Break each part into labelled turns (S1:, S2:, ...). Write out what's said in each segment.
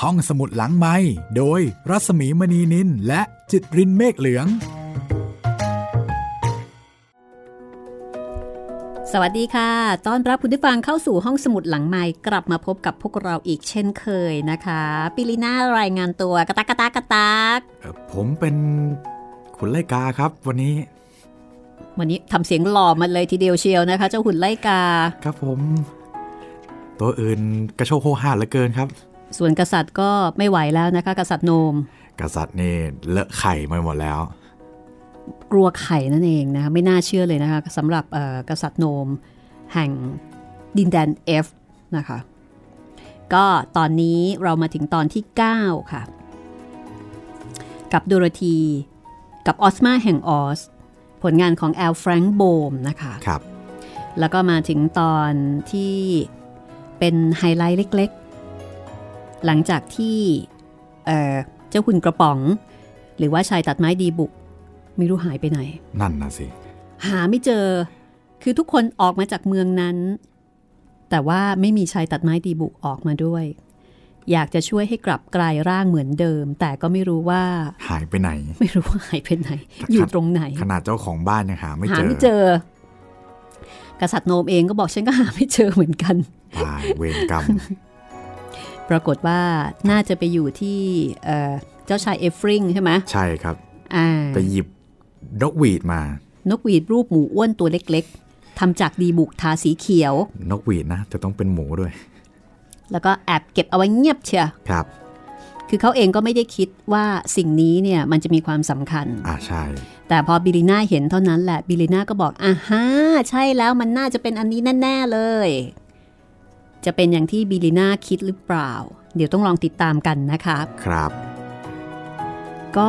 S1: ห้องสมุดหลังไมค์โดยรัศมีมณีนินและจิตรินเมฆเหลือง
S2: สวัสดีค่ะต้อนรับคุณผู้ฟังเข้าสู่ห้องสมุดหลังไมค์กลับมาพบกับพวกเราอีกเช่นเคยนะคะปิลิน่ารายงานตัวกระตัก
S1: ผมเป็นคุณไลกาครับวันนี้
S2: ทำเสียงหล่อมาเลยทีเดียวเชียวนะคะเจ้าหุ่นไลกา
S1: ครับผมตัวอื่นกระโชกโฮฮ่าเหลือเกินครับ
S2: ส่วนกษัตริย์ก็ไม่ไหวแล้วนะคะกษัตริย์โนม
S1: กษัตริย์นี่เลอะไข่มาหมดแล้ว
S2: กลัวไข่นั่นเองนะคะไม่น่าเชื่อเลยนะคะสำหรับกษัตริย์โนมแห่งดินแดน F นะคะก็ตอนนี้เรามาถึงตอนที่9ค่ะกับโดโรธีกับออสมาแห่งออสผลงานของแอลแฟรงค์โบมนะคะ
S1: ครับ
S2: แล้วก็มาถึงตอนที่เป็นไฮไลท์เล็กๆหลังจากที่เจ้าคุณกระป๋องหรือว่าชายตัดไม้ดีบุกไม่รู้หายไปไหน
S1: นั่นนะสิ
S2: หาไม่เจอคือทุกคนออกมาจากเมืองนั้นแต่ว่าไม่มีชายตัดไม้ดีบุกออกมาด้วยอยากจะช่วยให้กลับกลายร่างเหมือนเดิมแต่ก็ไม่รู้ว่า
S1: หายไปไหน
S2: ไม่รู้ว่าหายไปไหนอยู่ตรงไหน
S1: ขนาดเจ้าของบ้านยังหาไม่
S2: เจอกษัตริย์โนมเองก็บอกฉันก็หาไม่เจอเหมือนกัน
S1: เวรกรรม
S2: ปรากฏว่าน่าจะไปอยู่ที่เจ้าชายเอฟริงใช่ไหม
S1: ใช่ครับไปหยิบนกหวีดมาน
S2: กหวีดรูปหมูอ้วนตัวเล็กๆทำจากดีบุกทาสีเขียวน
S1: กหวีดนะจะต้องเป็นหมูด้วย
S2: แล้วก็แอบเก็บเอาไว้เงียบเชียว
S1: ครับ
S2: คือเขาเองก็ไม่ได้คิดว่าสิ่งนี้เนี่ยมันจะมีความสำคัญ
S1: ใช่
S2: แต่พอบิลิน่าเห็นเท่านั้นแหละบิลิน่าก็บอกฮะใช่แล้วมันน่าจะเป็นอันนี้แน่ๆเลยจะเป็นอย่างที่บิลิน่าคิดหรือเปล่าเดี๋ยวต้องลองติดตามกันนะคะ
S1: ครับ
S2: ก็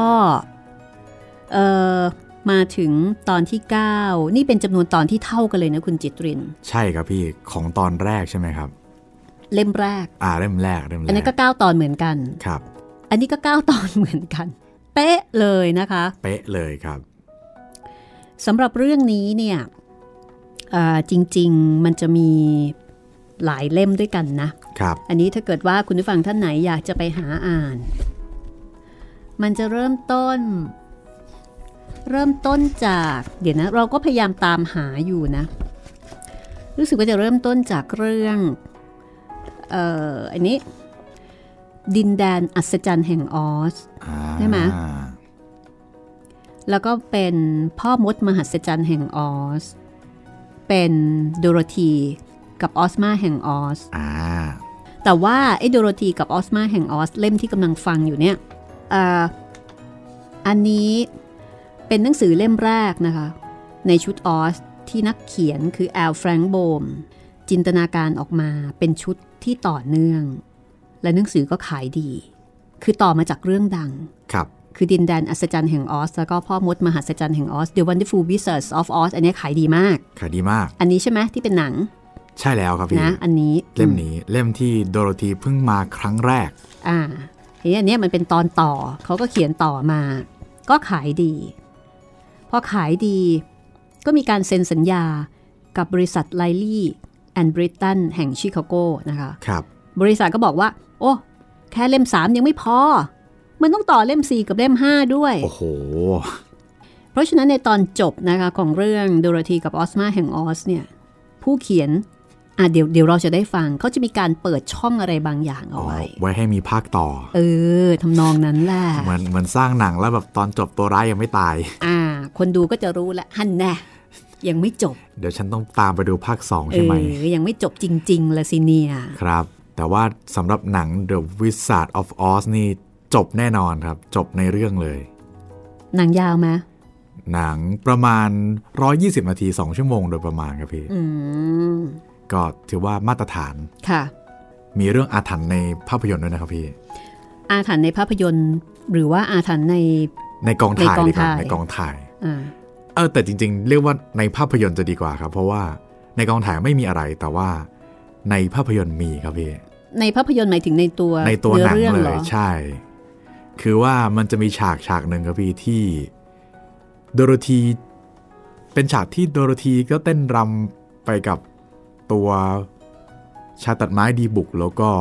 S2: มาถึงตอนที่9นี่เป็นจำนวนตอนที่เท่ากันเลยนะคุณจิตริน
S1: ใช่ครับพี่ของตอนแรกใช่ไหมครับ
S2: เล่มแรก
S1: เล่มแรก
S2: อันนี้ก็9ตอนเหมือนกัน
S1: ครับ
S2: อันนี้ก็9ตอนเหมือนกันเป๊ะเลยนะคะ
S1: เป๊ะเลยครับ
S2: สำหรับเรื่องนี้เนี่ยจริงๆมันจะมีหลายเล่มด้วยกันนะครับอันนี้ถ้าเกิดว่าคุณผู้ฟังท่านไหนอยากจะไปหาอ่านมันจะเริ่มต้นจากเดี๋ยวนะเราก็พยายามตามหาอยู่นะรู้สึกว่าจะเริ่มต้นจากเรื่องอันนี้ดินแดนอัศจรรย์แห่งออสใช่ไหมแล้วก็เป็นพ่อมดมหัศจรรย์แห่งออสเป็นโดโรธีกับออสมาแห่งออสแต่ว่าไอ้โดโรธีกับออสมาแห่งออสเล่มที่กำลังฟังอยู่เนี่ยอันนี้เป็นหนังสือเล่มแรกนะคะในชุดออสที่นักเขียนคือแอลแฟรงค์โบมจินตนาการออกมาเป็นชุดที่ต่อเนื่องและหนังสือก็ขายดีคือต่อมาจากเรื่องดัง
S1: ครับ
S2: คือดินแดนอัศจรรย์แห่งออสแล้วก็พ่อมดมหัศจรรย์แห่งออส The Wonderful Wizards of Oz อันนี้ขายดีมากอันนี้ใช่ไหมที่เป็นหนัง
S1: ใช่แล้วครับพี่
S2: นะอันนี้
S1: เล่มนี้เล่มที่โดโรธีเพิ่งมาครั้งแรก
S2: ทีนี้อันนี้มันเป็นตอนต่อเขาก็เขียนต่อมาก็ขายดีพอขายดีก็มีการเซ็นสัญญากับบริษัทไลลี่แอนด์บริตตันแห่งชิคาโกนะคะ
S1: ครับ
S2: บริษัทก็บอกว่าโอ้แค่เล่ม3ยังไม่พอมันต้องต่อเล่ม4กับเล่ม5ด้วย
S1: โอ้โห
S2: เพราะฉะนั้นในตอนจบนะคะของเรื่องโดโรธีกับออสมาแห่งออสเนี่ยผู้เขียนเดี๋ยวเราจะได้ฟังเขาจะมีการเปิดช่องอะไรบางอย่างเอาไว้
S1: ให้มีภาคต่อ
S2: ทำนองนั้นแหละ
S1: เหมือนสร้างหนังแล้วแบบตอนจบตัวร้ายยังไม่ตาย
S2: คนดูก็จะรู้แล้วฮั่นแน่ยังไม่จบ
S1: เดี๋ยวฉันต้องตามไปดูภาค2ใช่ไหม
S2: ยังไม่จบจริงๆละสิเนี่ย
S1: ครับแต่ว่าสำหรับหนัง The Wizard of Oz นี่จบแน่นอนครับจบในเรื่องเลย
S2: หนังยาวไหม
S1: หนังประมาณ120นาที2ชั่วโมงโดยประมาณครับพี่ก็ถือว่ามาตรฐาน
S2: ค่ะ
S1: มีเรื่องอาถรรพ์ในภาพยนตร์ด้วยนะครับพี่
S2: อาถรรพ์ในภาพยนตร์หรือว่าอาถรรพ์ใน
S1: กองถ่ายดีกว่าในกองถ่ายแต่จริงๆเรียกว่าในภาพยนตร์จะดีกว่าครับเพราะว่าในกองถ่ายไม่มีอะไรแต่ว่าในภาพยนตร์มีครับพี่
S2: ในภาพยนตร์หมายถึงในตัว
S1: หนังเลยใช่คือว่ามันจะมีฉากหนึ่งครับพี่ที่โดโรธีเป็นฉากที่โดโรธีก็เต้นรำไปกับตัวชายตัดไม้ดีบุกแล้วก็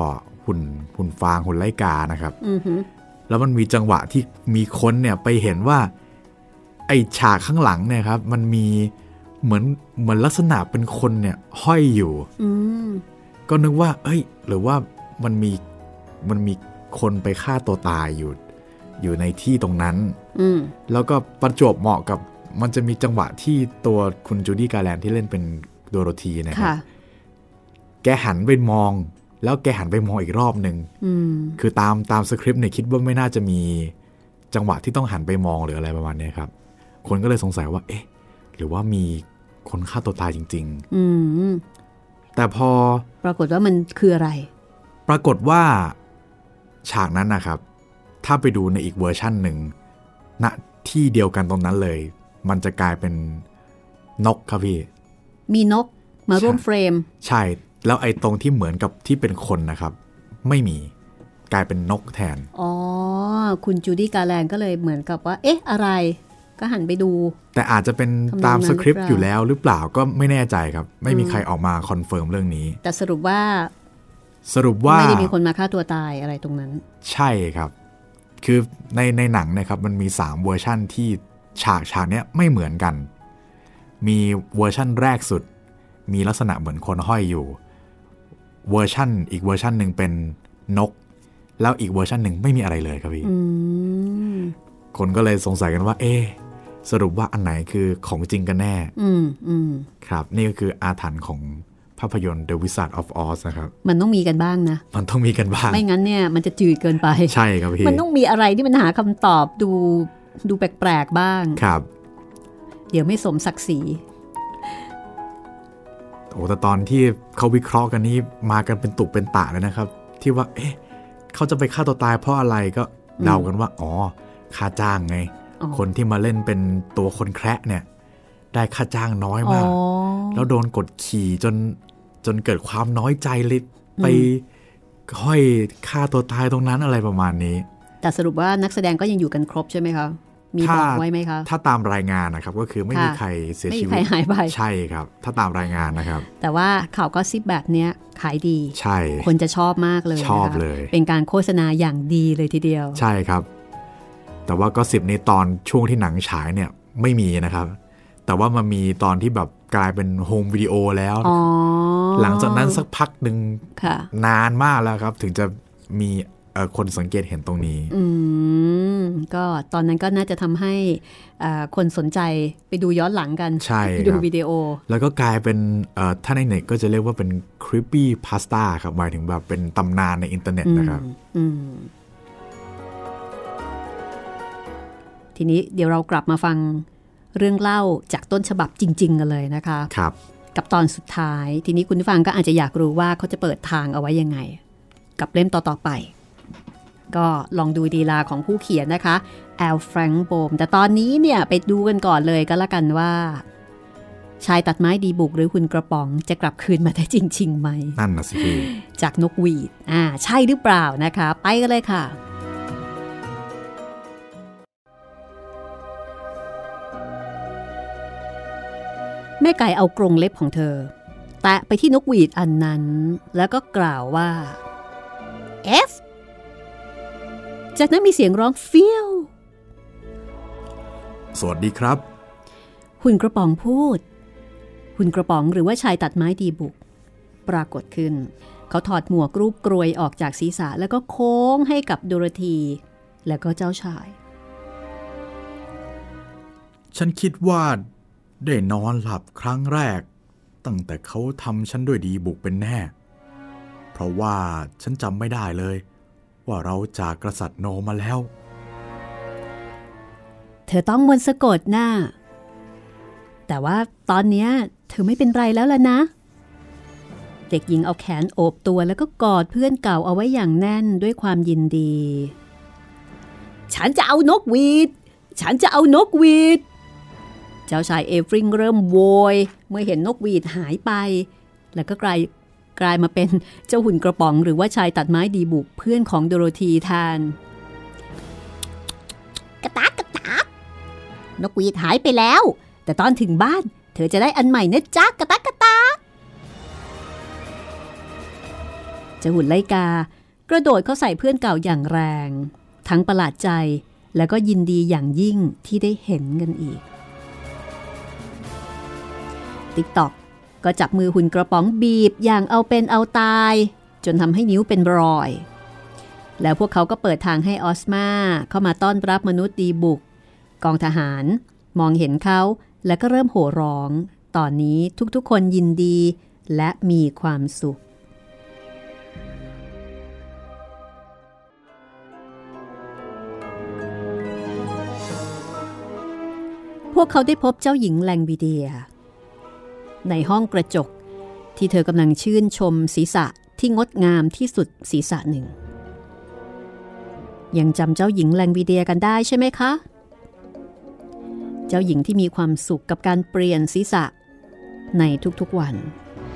S1: หุ่นฟางหุ่นไล่กานะครับแล้วมันมีจังหวะที่มีคนเนี่ยไปเห็นว่าไอ้ฉากข้างหลังเนี่ยครับมันมีเหมือนลักษณะเป็นคนเนี่ยห้อยอยู่ก็นึกว่าเอ้ยหรือว่ามันมีคนไปฆ่าตัวตายอยู่ในที่ตรงนั้นแล้วก็ประจวบเหมาะกับมันจะมีจังหวะที่ตัวคุณจูดี้การ์แลนด์ที่เล่นเป็นโดโรธีนะครับแกหันไปมองแล้วแกหันไปมองอีกรอบหนึ่งคือตามสคริปต์เนี่ยคิดว่าไม่น่าจะมีจังหวะที่ต้องหันไปมองหรืออะไรประมาณนี้ครับคนก็เลยสงสัยว่าเอ๊ะหรือว่ามีคนฆ่าตัวตายจริงๆแต่พอ
S2: ปรากฏว่ามันคืออะไร
S1: ปรากฏว่าฉากนั้นนะครับถ้าไปดูในอีกเวอร์ชั่นหนึ่งณที่เดียวกันตรงนั้นเลยมันจะกลายเป็นนกครับพี่
S2: มีนกมาร่วมเฟรม
S1: ใช่แล้วไอ้ตรงที่เหมือนกับที่เป็นคนนะครับไม่มีกลายเป็นนกแทน
S2: อ๋อคุณจูดี้การ์แลนด์ก็เลยเหมือนกับว่าเอ๊ะอะไรก็หันไปดู
S1: แต่อาจจะเป็นตามสคริปต์อยู่แล้วหรือเปล่าก็ไม่แน่ใจครับไม่มีใครออกมาคอนเฟิร์มเรื่องนี้
S2: แต่สรุปว่าไม่ได้มีคนมาฆ่าตัวตายอะไรตรงนั้น
S1: ใช่ครับคือในหนังนะครับมันมี3เวอร์ชั่นที่ฉากเนี้ยไม่เหมือนกันมีเวอร์ชั่นแรกสุดมีลักษณะเหมือนคนห้อยอยู่อีกเวอร์ชันหนึ่งเป็นนกแล้วอีกเวอร์ชันหนึ่งไม่มีอะไรเลยครับพี่คนก็เลยสงสัยกันว่าสรุปว่าอันไหนคือของจริงกันแน่ครับนี่ก็คืออาถรรพ์ของภาพยนตร์ The Wizard of Oz นะครับ
S2: มันต้องมีกันบ้างนะ
S1: มันต้องมีกันบ้าง
S2: ไม่งั้นเนี่ยมันจะจืดเกินไป
S1: ใช่ครับพี่
S2: มันต้องมีอะไรที่มันหาคำตอบดูแปลกๆบ้าง
S1: ครับ
S2: เดี๋ยวไม่สมศักดิ์ศรี
S1: โอ้แต่ตอนที่เขาวิเคราะห์กันนี้มากันเป็นตุเป็นตะเลยนะครับที่ว่าเขาจะไปฆ่าตัวตายเพราะอะไรก็เดากันว่าอ๋อค่าจ้างไงคนที่มาเล่นเป็นตัวคนแคระเนี่ยได้ค่าจ้างน้อยมากแล้วโดนกดขี่จนเกิดความน้อยใจเลยไปห้อยฆ่าตัวตายตรงนั้นอะไรประมาณนี้
S2: แต่สรุปว่านักแสดงก็ยังอยู่กันครบใช่ไหมคะมีบอกไว้ไหมคะ
S1: ถ้าตามรายงานนะครับก็คือไม่มีใครเสียชีวิต
S2: ไม่มีใครหายไป
S1: ใช่ครับถ้าตามรายงานนะครับ
S2: แต่ว่าข่าวก็ซิปแบบนี้ขายดี
S1: ใช่
S2: คนจะชอบมากเลย
S1: ชอบเลย
S2: เป็นการโฆษณาอย่างดีเลยทีเดียว
S1: ใช่ครับแต่ว่าก็ซิปในตอนช่วงที่หนังฉายเนี่ยไม่มีนะครับแต่ว่ามันมีตอนที่แบบกลายเป็นโฮมวิดีโอแล้วหลังจากนั้นสักพักหนึ่งนานมากแล้วครับถึงจะมีคนสังเกตเห็นตรงนี้
S2: ก็ตอนนั้นก็น่าจะทำให้คนสนใจไปดูย้อนหลังกัน
S1: ใช่
S2: ไปดูวิดีโอ
S1: แล้วก็กลายเป็นถ้าในเน็ตก็จะเรียกว่าเป็น creepy pasta ครับหมายถึงแบบเป็นตำนานในอินเทอร์เน็ตนะครับ
S2: ทีนี้เดี๋ยวเรากลับมาฟังเรื่องเล่าจากต้นฉบับจริงๆกันเลยนะคะ
S1: ครับ
S2: กับตอนสุดท้ายทีนี้คุณผู้ฟังก็อาจจะอยากรู้ว่าเขาจะเปิดทางเอาไว้ยังไงกับเล่มต่อๆไปก็ลองดูดีลาของผู้เขียนนะคะแอลแฟรงค์โบมแต่ตอนนี้เนี่ยไปดูกันก่อนเลยก็แล้วกันว่าชายตัดไม้ดีบุกหรือหุ่นกระป๋องจะกลับคืนมาได้จริงๆไหม
S1: นั่นน่ะสิพี่
S2: จากนกหวีดใช่หรือเปล่านะคะไปกันเลยค่ะแม่ไก่เอากรงเล็บของเธอแตะไปที่นกหวีดอันนั้นแล้วก็กล่าวว่า F จากนั้นมีเสียงร้องเฟี้ยว
S1: สวัสดีครับ
S2: หุ่นกระป๋องพูดหุ่นกระป๋องหรือว่าชายตัดไม้ดีบุกปรากฏขึ้นเขาถอดหมวกรูปกรวยออกจากศีรษะแล้วก็โค้งให้กับโดโรธีแล้วก็เจ้าชาย
S1: ฉันคิดว่าได้นอนหลับครั้งแรกตั้งแต่เขาทำฉันด้วยดีบุกเป็นแน่เพราะว่าฉันจำไม่ได้เลยว่าเราจากกษัตริย์โนมาแล้ว
S2: เธอต้องมนต์สะกดหน้าแต่ว่าตอนนี้เธอไม่เป็นไรแล้วล่ะนะเด็กหญิงเอาแขนโอบตัวแล้วก็กอดเพื่อนเก่าเอาไว้อย่างแน่นด้วยความยินดีฉันจะเอานกหวีดฉันจะเอานกหวีดเจ้าชายเอฟริงเริ่มโวยเมื่อเห็นนกหวีดหายไปแล้วก็กลายมาเป็นเจ้าหุ่นกระป๋องหรือว่าชายตัดไม้ดีบุกเพื่อนของโดโรธีแทนกระตากกระตากนกหวีดหายไปแล้วแต่ตอนถึงบ้านเธอจะได้อันใหม่นะจ๊ะกระตากกระตากเจ้าหุ่นไล่กากระโดดเข้าใส่เพื่อนเก่าอย่างแรงทั้งประหลาดใจและก็ยินดีอย่างยิ่งที่ได้เห็นกันอีก TikTok ก็จับมือหุ่นกระป๋องบีบอย่างเอาเป็นเอาตายจนทำให้นิ้วเป็นรอยแล้วพวกเขาก็เปิดทางให้ออสมาเข้ามาต้อนรับมนุษย์ดีบุกกองทหารมองเห็นเขาและก็เริ่มโห่ร้องตอนนี้ทุกๆคนยินดีและมีความสุขพวกเขาได้พบเจ้าหญิงแลงวิเดียในห้องกระจกที่เธอกำลังชื่นชมศีรษะที่งดงามที่สุดศีรษะหนึ่งยังจำเจ้าหญิงแลงวิเดียกันได้ใช่ไหมคะเจ้าหญิงที่มีความสุขกับการเปลี่ยนศีรษะในทุกๆวัน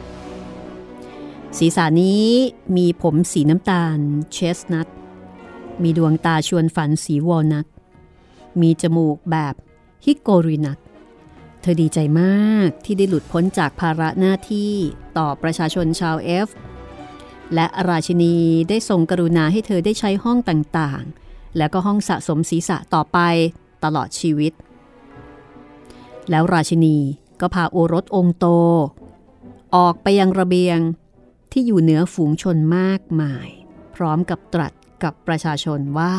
S2: ศีรษะนี้มีผมสีน้ำตาลเชสนัทมีดวงตาชวนฝันสีวอลนัทมีจมูกแบบฮิโกรินัทเธอดีใจมากที่ได้หลุดพ้นจากภาระหน้าที่ต่อประชาชนชาวเอฟและราชินีได้ทรงกรุณาให้เธอได้ใช้ห้องต่างๆและก็ห้องสะสมศีรษะต่อไปตลอดชีวิตแล้วราชินีก็พาโอรสองค์โตออกไปยังระเบียงที่อยู่เหนือฝูงชนมากมายพร้อมกับตรัสกับประชาชนว่า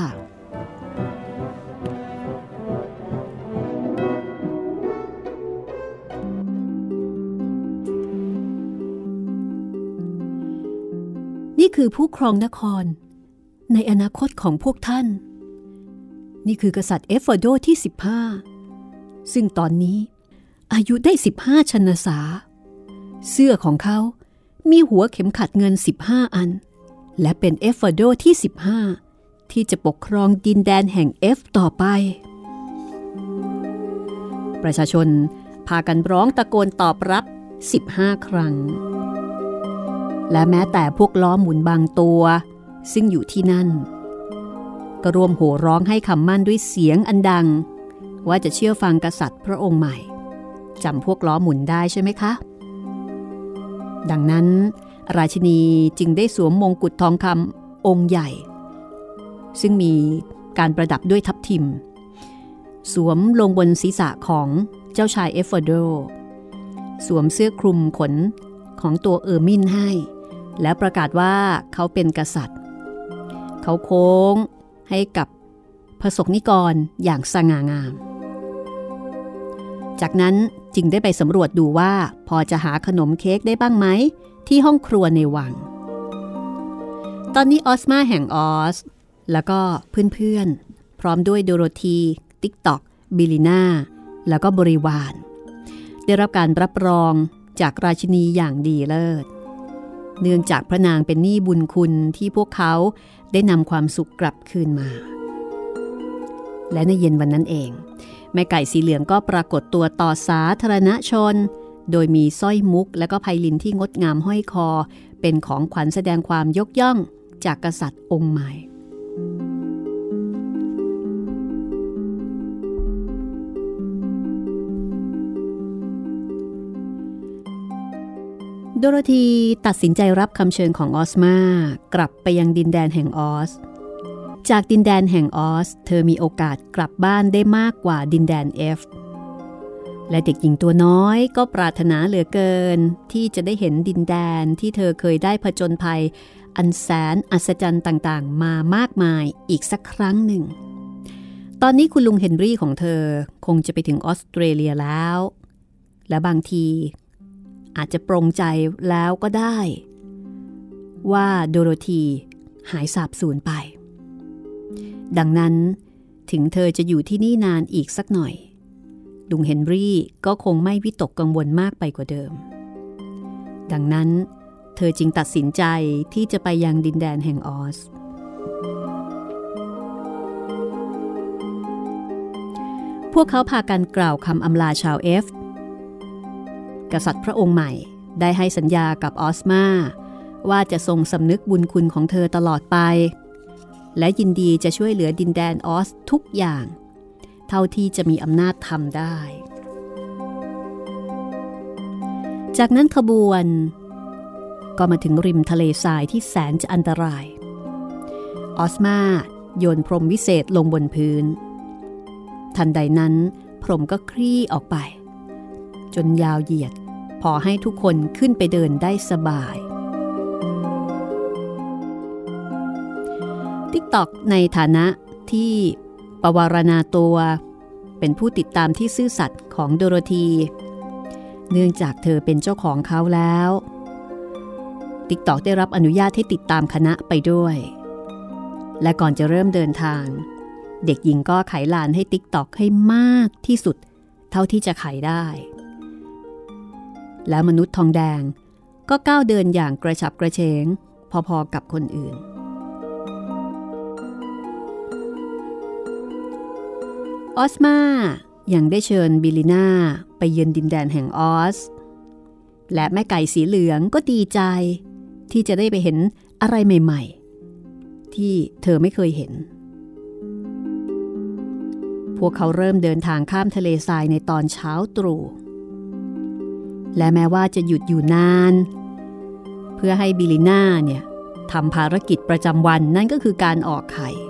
S2: นี่คือผู้ครองนครในอนาคตของพวกท่านนี่คือกษัตริย์เอฟเฟอร์โดที่15ซึ่งตอนนี้อายุได้15 ชนษาเสื้อของเขามีหัวเข็มขัดเงิน15 อันและเป็นเอฟเฟอร์โดที่15ที่จะปกครองดินแดนแห่งเอฟต่อไปประชาชนพากันร้องตะโกนตอบรับ15 ครั้งและแม้แต่พวกล้อหมุนบางตัวซึ่งอยู่ที่นั่นก็รวมโห่ร้องให้คำมั่นด้วยเสียงอันดังว่าจะเชื่อฟังกษัตริย์พระองค์ใหม่จำพวกล้อหมุนได้ใช่ไหมคะดังนั้นราชินีจึงได้สวมมงกุฎทองคำองค์ใหญ่ซึ่งมีการประดับด้วยทับทิมสวมลงบนศีรษะของเจ้าชายเอฟเฟอร์โดสวมเสื้อคลุมขนของตัวเออร์มินให้และประกาศว่าเขาเป็นกษัตริย์เขาโค้งให้กับพระสงฆ์นิกรอย่างสง่างามจากนั้นจึงได้ไปสำรวจดูว่าพอจะหาขนมเค้กได้บ้างไหมที่ห้องครัวในวังตอนนี้ออสมาแห่งออสแล้วก็เพื่อนๆพร้อมด้วยโดโรธีติ๊กต็อกบิลิน่าแล้วก็บริวารได้รับการรับรองจากราชินีอย่างดีเลิศเนื่องจากพระนางเป็นหนี้บุญคุณที่พวกเขาได้นำความสุขกลับคืนมาและในเย็นวันนั้นเองแม่ไก่สีเหลืองก็ปรากฏตัวต่อสาธารณชนโดยมีสร้อยมุกและก็ไพลินที่งดงามห้อยคอเป็นของขวัญแสดงความยกย่องจากกษัตริย์องค์ใหม่โดโรธีตัดสินใจรับคำเชิญของออสมากลับไปยังดินแดนแห่งออสจากดินแดนแห่งออสเธอมีโอกาสกลับบ้านได้มากกว่าดินแดนเอฟและเด็กหญิงตัวน้อยก็ปรารถนาเหลือเกินที่จะได้เห็นดินแดนที่เธอเคยได้ผจญภัยอันแสนอัศจรรย์ต่างๆมามากมายอีกสักครั้งหนึ่งตอนนี้คุณลุงเฮนรี่ของเธอคงจะไปถึงออสเตรเลียแล้วและบางทีอาจจะปรงใจแล้วก็ได้ว่าโดโรธีหายสาบสูญไปดังนั้นถึงเธอจะอยู่ที่นี่นานอีกสักหน่อยลุงเฮนรี่ก็คงไม่วิตกกังวลมากไปกว่าเดิมดังนั้นเธอจึงตัดสินใจที่จะไปยังดินแดนแห่งออสพวกเขาพากันกล่าวคำอำลาชาวเอฟกษัตริย์พระองค์ใหม่ได้ให้สัญญากับออสมาว่าจะทรงสำนึกบุญคุณของเธอตลอดไปและยินดีจะช่วยเหลือดินแดนออสทุกอย่างเท่าที่จะมีอำนาจทำได้จากนั้นขบวนก็มาถึงริมทะเลทรายที่แสนจะอันตรายออสมาโยนพรมวิเศษลงบนพื้นทันใดนั้นพรมก็คลี่ออกไปจนยาวเหยียดพอให้ทุกคนขึ้นไปเดินได้สบาย TikTok ในฐานะที่ปวารณาตัวเป็นผู้ติดตามที่ซื่อสัตย์ของโดโรธีเนื่องจากเธอเป็นเจ้าของเขาแล้ว TikTok ได้รับอนุญาตให้ติดตามคณะไปด้วยและก่อนจะเริ่มเดินทางเด็กหญิงก็ไขลานให้ TikTok ให้มากที่สุดเท่าที่จะไขได้แล้วมนุษย์ทองแดงก็ก้าวเดินอย่างกระฉับกระเฉงพอๆกับคนอื่นออสมายังได้เชิญบิลลิน่าไปเยือนดินแดนแห่งออสและแม่ไก่สีเหลืองก็ดีใจที่จะได้ไปเห็นอะไรใหม่ๆที่เธอไม่เคยเห็นพวกเขาเริ่มเดินทางข้ามทะเลทรายในตอนเช้าตรู่และแม้ว่าจะหยุดอยู่นานเพื่อให้บิลลิน่าเนี่ยทำภารกิจประจำวันนั่นก็คือการออกไข่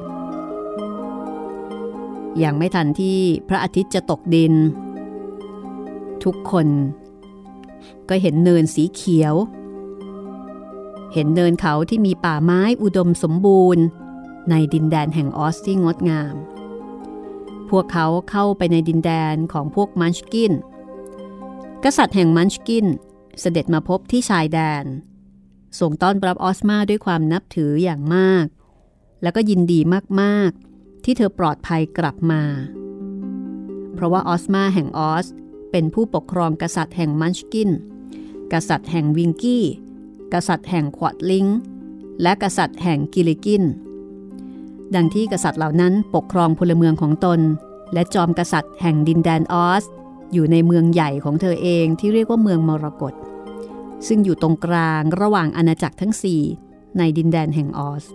S2: ยังไม่ทันที่พระอาทิตย์จะตกดินทุกคนก็เห็นเนินสีเขียวเห็นเนินเขาที่มีป่าไม้อุดมสมบูรณ์ในดินแดนแห่งออสที่งดงามพวกเขาเข้าไปในดินแดนของพวกมันชกินกษัตริย์แห่งมันชกินเสด็จมาพบที่ชายแดนส่งต้อนรับออสมาด้วยความนับถืออย่างมากแล้วก็ยินดีมากๆที่เธอปลอดภัยกลับมาเพราะว่าออสมาแห่งออสเป็นผู้ปกครองกษัตริย์แห่งมันชกินกษัตริย์แห่งวิงกี้กษัตริย์แห่งควอดลิงและกษัตริย์แห่งกิลิกินดังที่กษัตริย์เหล่านั้นปกครองพลเมืองของตนและจอมกษัตริย์แห่งดินแดนออสอยู่ในเมืองใหญ่ของเธอเองที่เรียกว่าเมืองมรกตซึ่งอยู่ตรงกลางระหว่างอาณาจักรทั้ง4ในดินแดนแห่งออส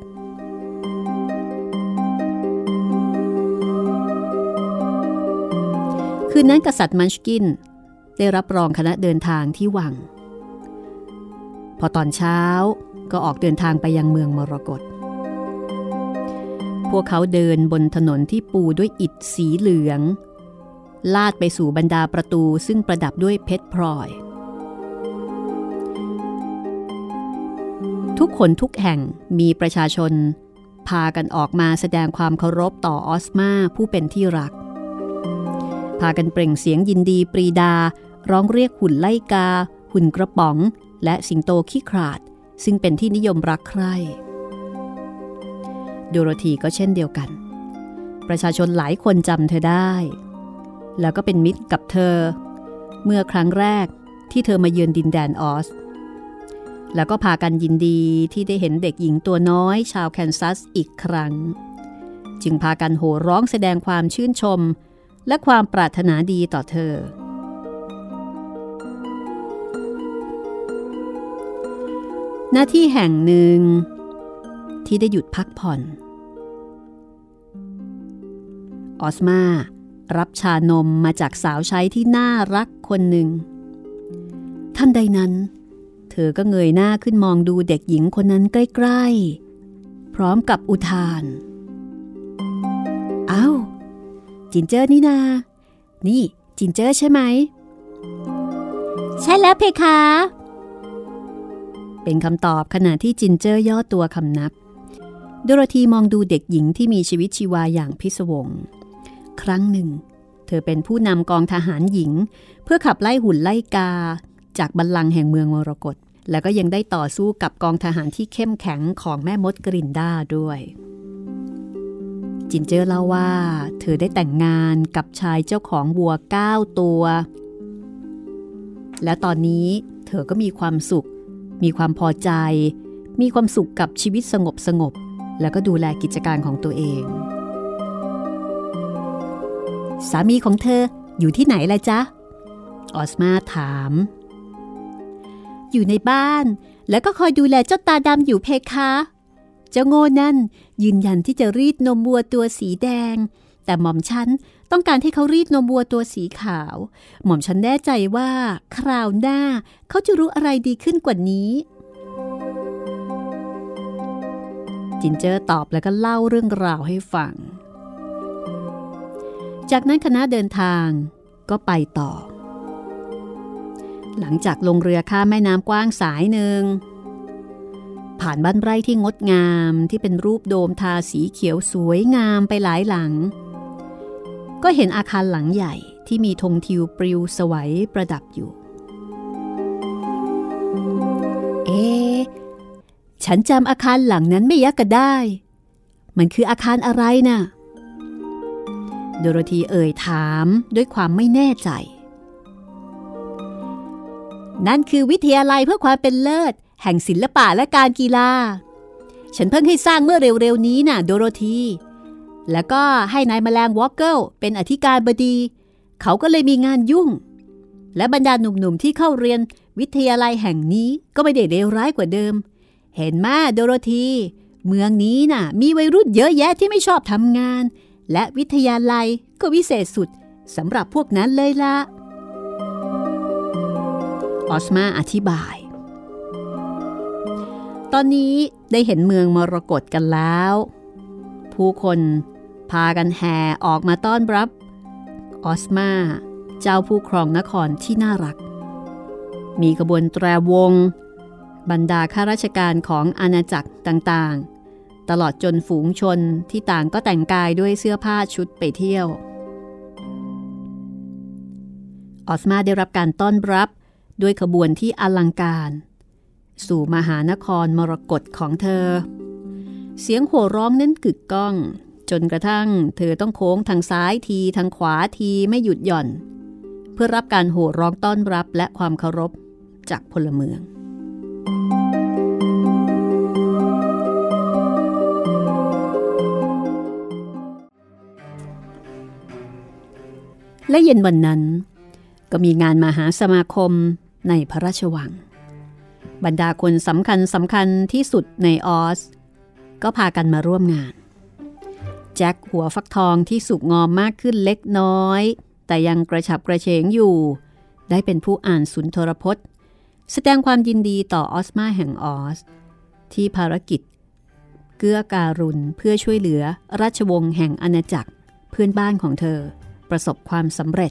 S2: คืนนั้นกษัตริย์มันชกินได้รับรองคณะเดินทางที่วังพอตอนเช้าก็ออกเดินทางไปยังเมืองมรกตพวกเขาเดินบนถนนที่ปูด้วยอิฐสีเหลืองลาดไปสู่บรรดาประตูซึ่งประดับด้วยเพชรพลอยทุกคนทุกแห่งมีประชาชนพากันออกมาแสดงความเคารพต่อออสมาผู้เป็นที่รักพากันเปล่งเสียงยินดีปรีดาร้องเรียกหุ่นไล่กาหุ่นกระป๋องและสิงโตขี้ขลาดซึ่งเป็นที่นิยมรักใคร่โดโรธีก็เช่นเดียวกันประชาชนหลายคนจำเธอได้แล้วก็เป็นมิตรกับเธอเมื่อครั้งแรกที่เธอมาเยือนดินแดนออสแล้วก็พากันยินดีที่ได้เห็นเด็กหญิงตัวน้อยชาวแคนซัสอีกครั้งจึงพากันโห่ร้องแสดงความชื่นชมและความปรารถนาดีต่อเธอหน้าที่แห่งหนึ่งที่ได้หยุดพักผ่อนออสมารับชานมมาจากสาวใช้ที่น่ารักคนหนึ่งทันใดนั้นเธอก็เงยหน้าขึ้นมองดูเด็กหญิงคนนั้นใกล้ๆพร้อมกับอุทานอ้าวจินเจอร์นี่นานี่จินเจอร์ใช่ไหมใช่แล้วเพคะเป็นคำตอบขณะที่จินเจอร์ย่อตัวคำนับโดโรธีมองดูเด็กหญิงที่มีชีวิตชีวาอย่างพิศวงครั้งหนึ่งเธอเป็นผู้นำกองทหารหญิงเพื่อขับไล่หุ่นไล่กาจากบัลลังก์แห่งเมืองมรกตแล้วก็ยังได้ต่อสู้กับกองทหารที่เข้มแข็งของแม่มดกรินด้าด้วยจินเจอร์เล่าว่าเธอได้แต่งงานกับชายเจ้าของวัว9 ตัวและตอนนี้เธอก็มีความสุขมีความพอใจมีความสุขกับชีวิตสงบแล้วก็ดูแลกิจการของตัวเองสามีของเธออยู่ที่ไหนล่ะจ๊ะออสมาถามอยู่ในบ้านแล้วก็คอยดูแลเจ้าตาดำอยู่เพคะเจ้าโง่นั่นยืนยันที่จะรีดนมวัวตัวสีแดงแต่หม่อมฉันต้องการให้เขารีดนมวัวตัวสีขาวหม่อมฉันแน่ใจว่าคราวหน้าเขาจะรู้อะไรดีขึ้นกว่านี้จิจินเจอร์ตอบแล้วก็เล่าเรื่องราวให้ฟังจากนั้นคณะเดินทางก็ไปต่อหลังจากลงเรือข้ามแม่น้ำกว้างสายหนึ่งผ่านบ้านไร่ที่งดงามที่เป็นรูปโดมทาสีเขียวสวยงามไปหลายหลังก็เห็นอาคารหลังใหญ่ที่มีธงทิวปลิวสวยประดับอยู่ฉันจำอาคารหลังนั้นไม่ยักก็ได้มันคืออาคารอะไรน่ะโดโรธีเอ่ยถามด้วยความไม่แน่ใจนั่นคือวิทยาลัยเพื่อความเป็นเลิศแห่งศิลปะและการกีฬาฉันเพิ่งให้สร้างเมื่อเร็วๆนี้น่ะโดโรธีแล้วก็ให้นายแมลงวอลเกิลเป็นอธิการบดีเขาก็เลยมีงานยุ่งและบรรดาหนุ่มๆที่เข้าเรียนวิทยาลัยแห่งนี้ก็ไม่ได้เลวร้ายกว่าเดิมเห็นไหมโดโรธีเมืองนี้น่ะมีวัยรุ่นเยอะแยะที่ไม่ชอบทำงานและวิทยาลัยก็วิเศษสุดสำหรับพวกนั้นเลยล่ะออสมาอธิบายตอนนี้ได้เห็นเมืองมรกตกันแล้วผู้คนพากันแห่ออกมาต้อนรับออสมาเจ้าผู้ครองนครที่น่ารักมีขบวนแตรวงบรรดาข้าราชการของอาณาจักรต่างๆตลอดจนฝูงชนที่ต่างก็แต่งกายด้วยเสื้อผ้าชุดไปเที่ยวออสมาได้รับการต้อนรับด้วยขบวนที่อลังการสู่มหานครมรกตของเธอเสียงโห่ร้องนั้นกึกก้องจนกระทั่งเธอต้องโค้งทางซ้ายทีทางขวาทีไม่หยุดหย่อนเพื่อรับการโห่ร้องต้อนรับและความเคารพจากพลเมืองและเย็นวันนั้นก็มีงานมหาสมาคมในพระราชวังบรรดาคนสำคัญที่สุดในออสก็พากันมาร่วมงานแจ็คหัวฟักทองที่สุกงอมมากขึ้นเล็กน้อยแต่ยังกระฉับกระเฉงอยู่ได้เป็นผู้อ่านสุนทรพจน์แสดงความยินดีต่อออสมาแห่งออสที่ภารกิจเกื้อการุณเพื่อช่วยเหลือราชวงศ์แห่งอาณาจักรเพื่อนบ้านของเธอประสบความสำเร็จ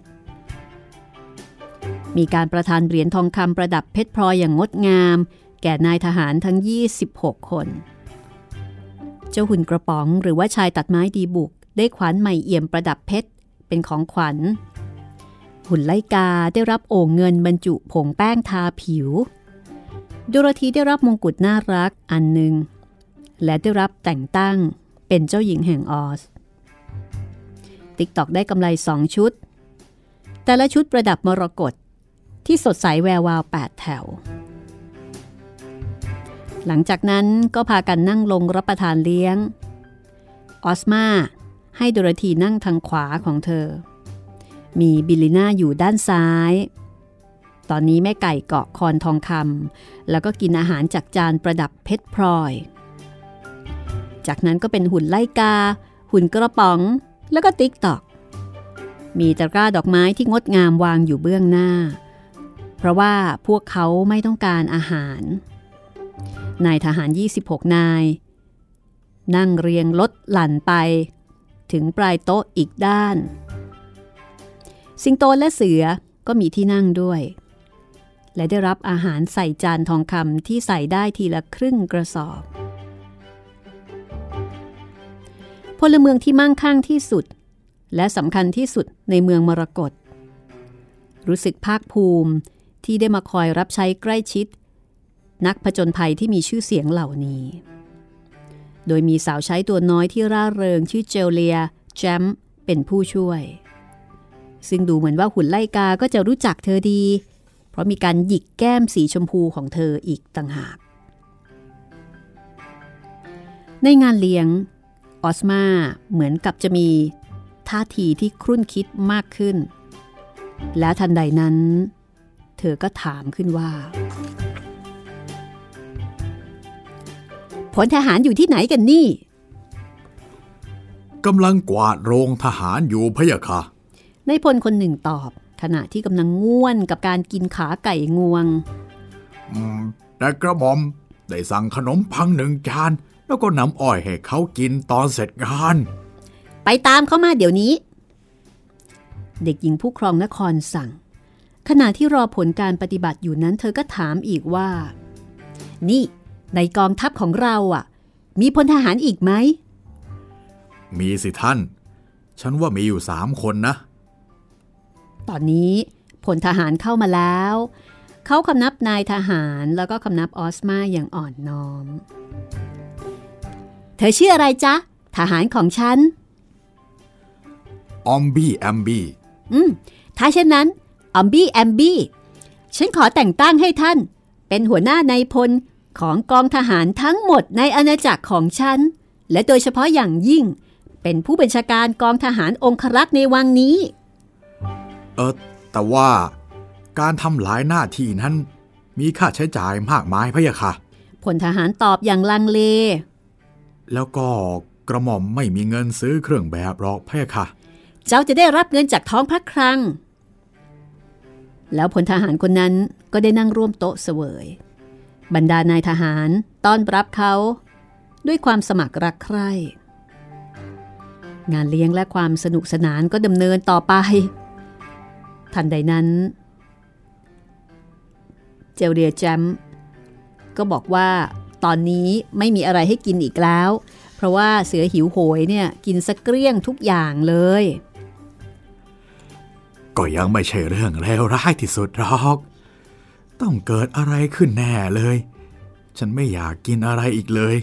S2: มีการประทานเหรียญทองคำประดับเพชรพลอยอย่างงดงามแก่นายทหารทั้ง26คนเจ้าหุ่นกระป๋องหรือว่าชายตัดไม้ดีบุกได้ขวานใหม่เอี่ยมประดับเพชรเป็นของขวัญหุ่นไลกาได้รับโอ่งเงินบรรจุผงแป้งทาผิวโดโรธีได้รับมงกุฎน่ารักอันหนึ่งและได้รับแต่งตั้งเป็นเจ้าหญิงแห่งออสติ๊กตอกได้กำไร2ชุดแต่ละชุดประดับมรกตที่สดใสแวววาว8แถวหลังจากนั้นก็พากันนั่งลงรับประทานเลี้ยงออสมาให้โดโรธีนั่งทางขวาของเธอมีบิลลิน่าอยู่ด้านซ้ายตอนนี้แม่ไก่เกาะคอนทองคำแล้วก็กินอาหารจากจานประดับเพชรพลอยจากนั้นก็เป็นหุ่นไลกาหุ่นกระป๋องแล้วก็ติ๊กตอกมีตะกร้าดอกไม้ที่งดงามวางอยู่เบื้องหน้าเพราะว่าพวกเขาไม่ต้องการอาหารนายทหาร26นายนั่งเรียงลดหลั่นไปถึงปลายโต๊ะอีกด้านสิงโตและเสือก็มีที่นั่งด้วยและได้รับอาหารใส่จานทองคำที่ใส่ได้ทีละครึ่งกระสอบพลเมืองที่มั่งคั่งที่สุดและสำคัญที่สุดในเมืองมรกตรู้สึกภาคภูมิที่ได้มาคอยรับใช้ใกล้ชิดนักผจญภัยที่มีชื่อเสียงเหล่านี้โดยมีสาวใช้ตัวน้อยที่ร่าเริงชื่อเจลเลียแจมเป็นผู้ช่วยซึ่งดูเหมือนว่าหุ่นไลกาก็จะรู้จักเธอดีเพราะมีการหยิกแก้มสีชมพูของเธออีกต่างหากในงานเลี้ยงออสมาเหมือนกับจะมีท่าทีที่ครุ่นคิดมากขึ้นและทันใดนั้นเธอก็ถามขึ้นว่าพลทหารอยู่ที่ไหนกันนี่
S1: กำลังกวาดโรงทหารอยู่พะยะค่ะ
S2: นายพลคนหนึ่งตอบขณะที่กำลังง่วนกับการกินขาไก่งวง
S1: แต่กระหม่อมได้สั่งขนมปัง1 จานแล้วก็นำอ้อยให้เขากินตอนเสร็จงาน
S2: ไปตามเขามาเดี๋ยวนี้เด็กหญิงผู้ครองนครสั่งขณะที่รอผลการปฏิบัติอยู่นั้นเธอก็ถามอีกว่านี่ในกองทัพของเรามีพลทหารอีกไหม
S1: มีสิท่านฉันว่ามีอยู่3 คนนะ
S2: ตอนนี้พลทหารเข้ามาแล้วเขาคำนับนายทหารแล้วก็คำนับออสมาอย่างอ่อนน้อมเธอชื่ออะไรจ๊ะทหารของฉัน
S1: ออมบี้แอมบี้
S2: ถ้าเช่นนั้นออมบี้แอมบี้ฉันขอแต่งตั้งให้ท่านเป็นหัวหน้านายพลของกองทหารทั้งหมดในอาณาจักรของฉันและโดยเฉพาะอย่างยิ่งเป็นผู้บัญชาการกองทหารองครักษ์ในวังนี้
S1: แต่ว่าการทำหลายหน้าที่นั้นมีค่าใช้จ่ายมากมายพะยะค่ะ
S2: พลทหารตอบอย่างลังเล
S1: แล้วก็กระหม่อมไม่มีเงินซื้อเครื่องแบบหรอกพะยะค่ะ
S2: เจ้าจะได้รับเงินจากท้องพระคลังแล้วพลทหารคนนั้นก็ได้นั่งร่วมโต๊ะเสวยบรรดานายทหารต้อนรับเขาด้วยความสมัครรักใคร่งานเลี้ยงและความสนุกสนานก็ดำเนินต่อไปทันใดนั้นเจลเลียแจมก็บอกว่าตอนนี้ไม่มีอะไรให้กินอีกแล้วเพราะว่าเสือหิวโหยเนี่ยกินสะเกลี้ยงทุกอย่างเลย
S1: ก็ยังไม่ใช่เรื่องเลวร้ายที่สุดหรอกต้องเกิดอะไรขึ้นแน่เลยฉันไม่อยากกินอะไรอีกเลย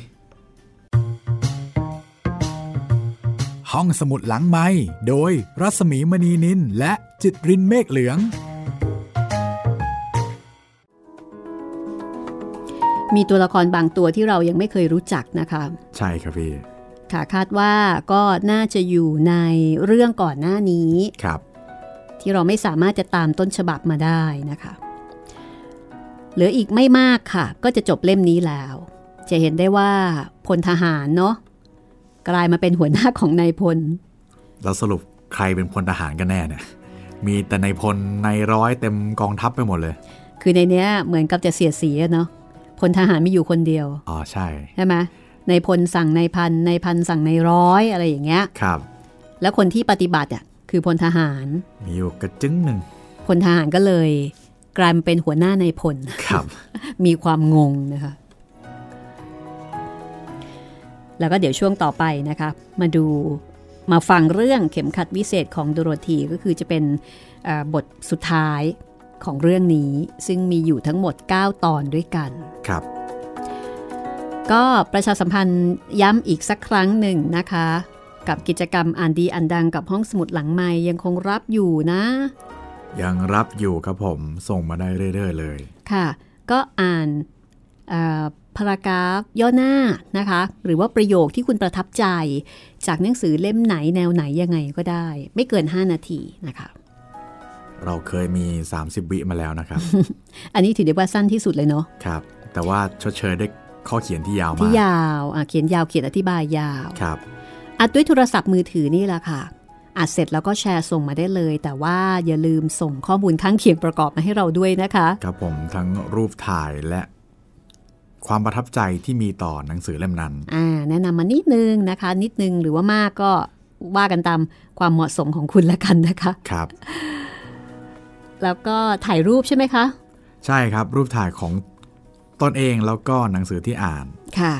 S1: ห้องสมุดหลังไมค์โดยรัศมีมณีนินและจิตรินเมฆเหลือง
S2: มีตัวละครบางตัวที่เรายังไม่เคยรู้จักนะคะ
S1: ใช่ครับพี่
S2: ค่ะคาดว่าก็น่าจะอยู่ในเรื่องก่อนหน้านี้
S1: ครับ
S2: ที่เราไม่สามารถจะตามต้นฉบับมาได้นะคะเหลืออีกไม่มากค่ะก็จะจบเล่มนี้แล้วจะเห็นได้ว่าพลทหารเนาะกลายมาเป็นหัวหน้าของนายพล
S1: แล้วสรุปใครเป็นพลทหารกันแน่เนี่ยมีแต่นายพลนายร้อยเต็มกองทัพไปหมดเลย
S2: คือในเนี้ยเหมือนกับจะเสียสีเนาะพลทหารมีอยู่คนเดียว
S1: ใช่
S2: ไหมนายพลสั่งนายพันนายพันสั่งนายร้อยอะไรอย่างเงี้ย
S1: ครับ
S2: แล้วคนที่ปฏิบัติคือพลทหาร
S1: มีอยู่กระจึงหนึ่ง
S2: พลทหารก็เลยกลายเป็นหัวหน้านายพล
S1: ครับ
S2: มีความงงนะคะแล้วก็เดี๋ยวช่วงต่อไปนะคะมาฟังเรื่องเข็มขัดวิเศษของโดโรธีก็คือจะเป็นบทสุดท้ายของเรื่องนี้ซึ่งมีอยู่ทั้งหมด9 ตอนด้วยกัน
S1: ครับ
S2: ก็ประชาสัมพันธ์ย้ำอีกสักครั้งหนึ่งนะคะกับกิจกรรมอ่านดีอ่านดังกับห้องสมุดหลังไมค์ยังคงรับอยู่นะ
S1: ยังรับอยู่ครับผมส่งมาได้เรื่อยๆเลย
S2: ค่ะก็อ่านพารากราฟย่อหน้านะคะหรือว่าประโยคที่คุณประทับใจจากหนังสือเล่มไหนแนวไหนยังไงก็ได้ไม่เกิน5 นาทีนะคะ
S1: เราเคยมี30 วิมาแล้วนะครับ
S2: อันนี้ถือได้ว่าสั้นที่สุดเลยเนาะ
S1: ครับแต่ว่าชดเชยด้วยข้อเขียนที่ยาวมาก
S2: ที่ยาวเขียนยาวเขียนอธิบายยาว
S1: ครับ
S2: อัดด้วยโทรศัพท์มือถือนี่แหละค่ะอัดเสร็จแล้วก็แชร์ส่งมาได้เลยแต่ว่าอย่าลืมส่งข้อมูลข้างเคียงประกอบมาให้เราด้วยนะคะ
S1: ครับผมทั้งรูปถ่ายและความประทับใจที่มีต่อหนังสือเล่มนั้น
S2: แนะนำมานิดนึงนะคะนิดนึงหรือว่ามากก็ว่ากันตามความเหมาะสมของคุณละกันนะคะ
S1: ครับ
S2: แล้วก็ถ่ายรูปใช่ไหมคะ
S1: ใช่ครับรูปถ่ายของตนเองแล้วก็หนังสือที่อ่าน
S2: ค่ะ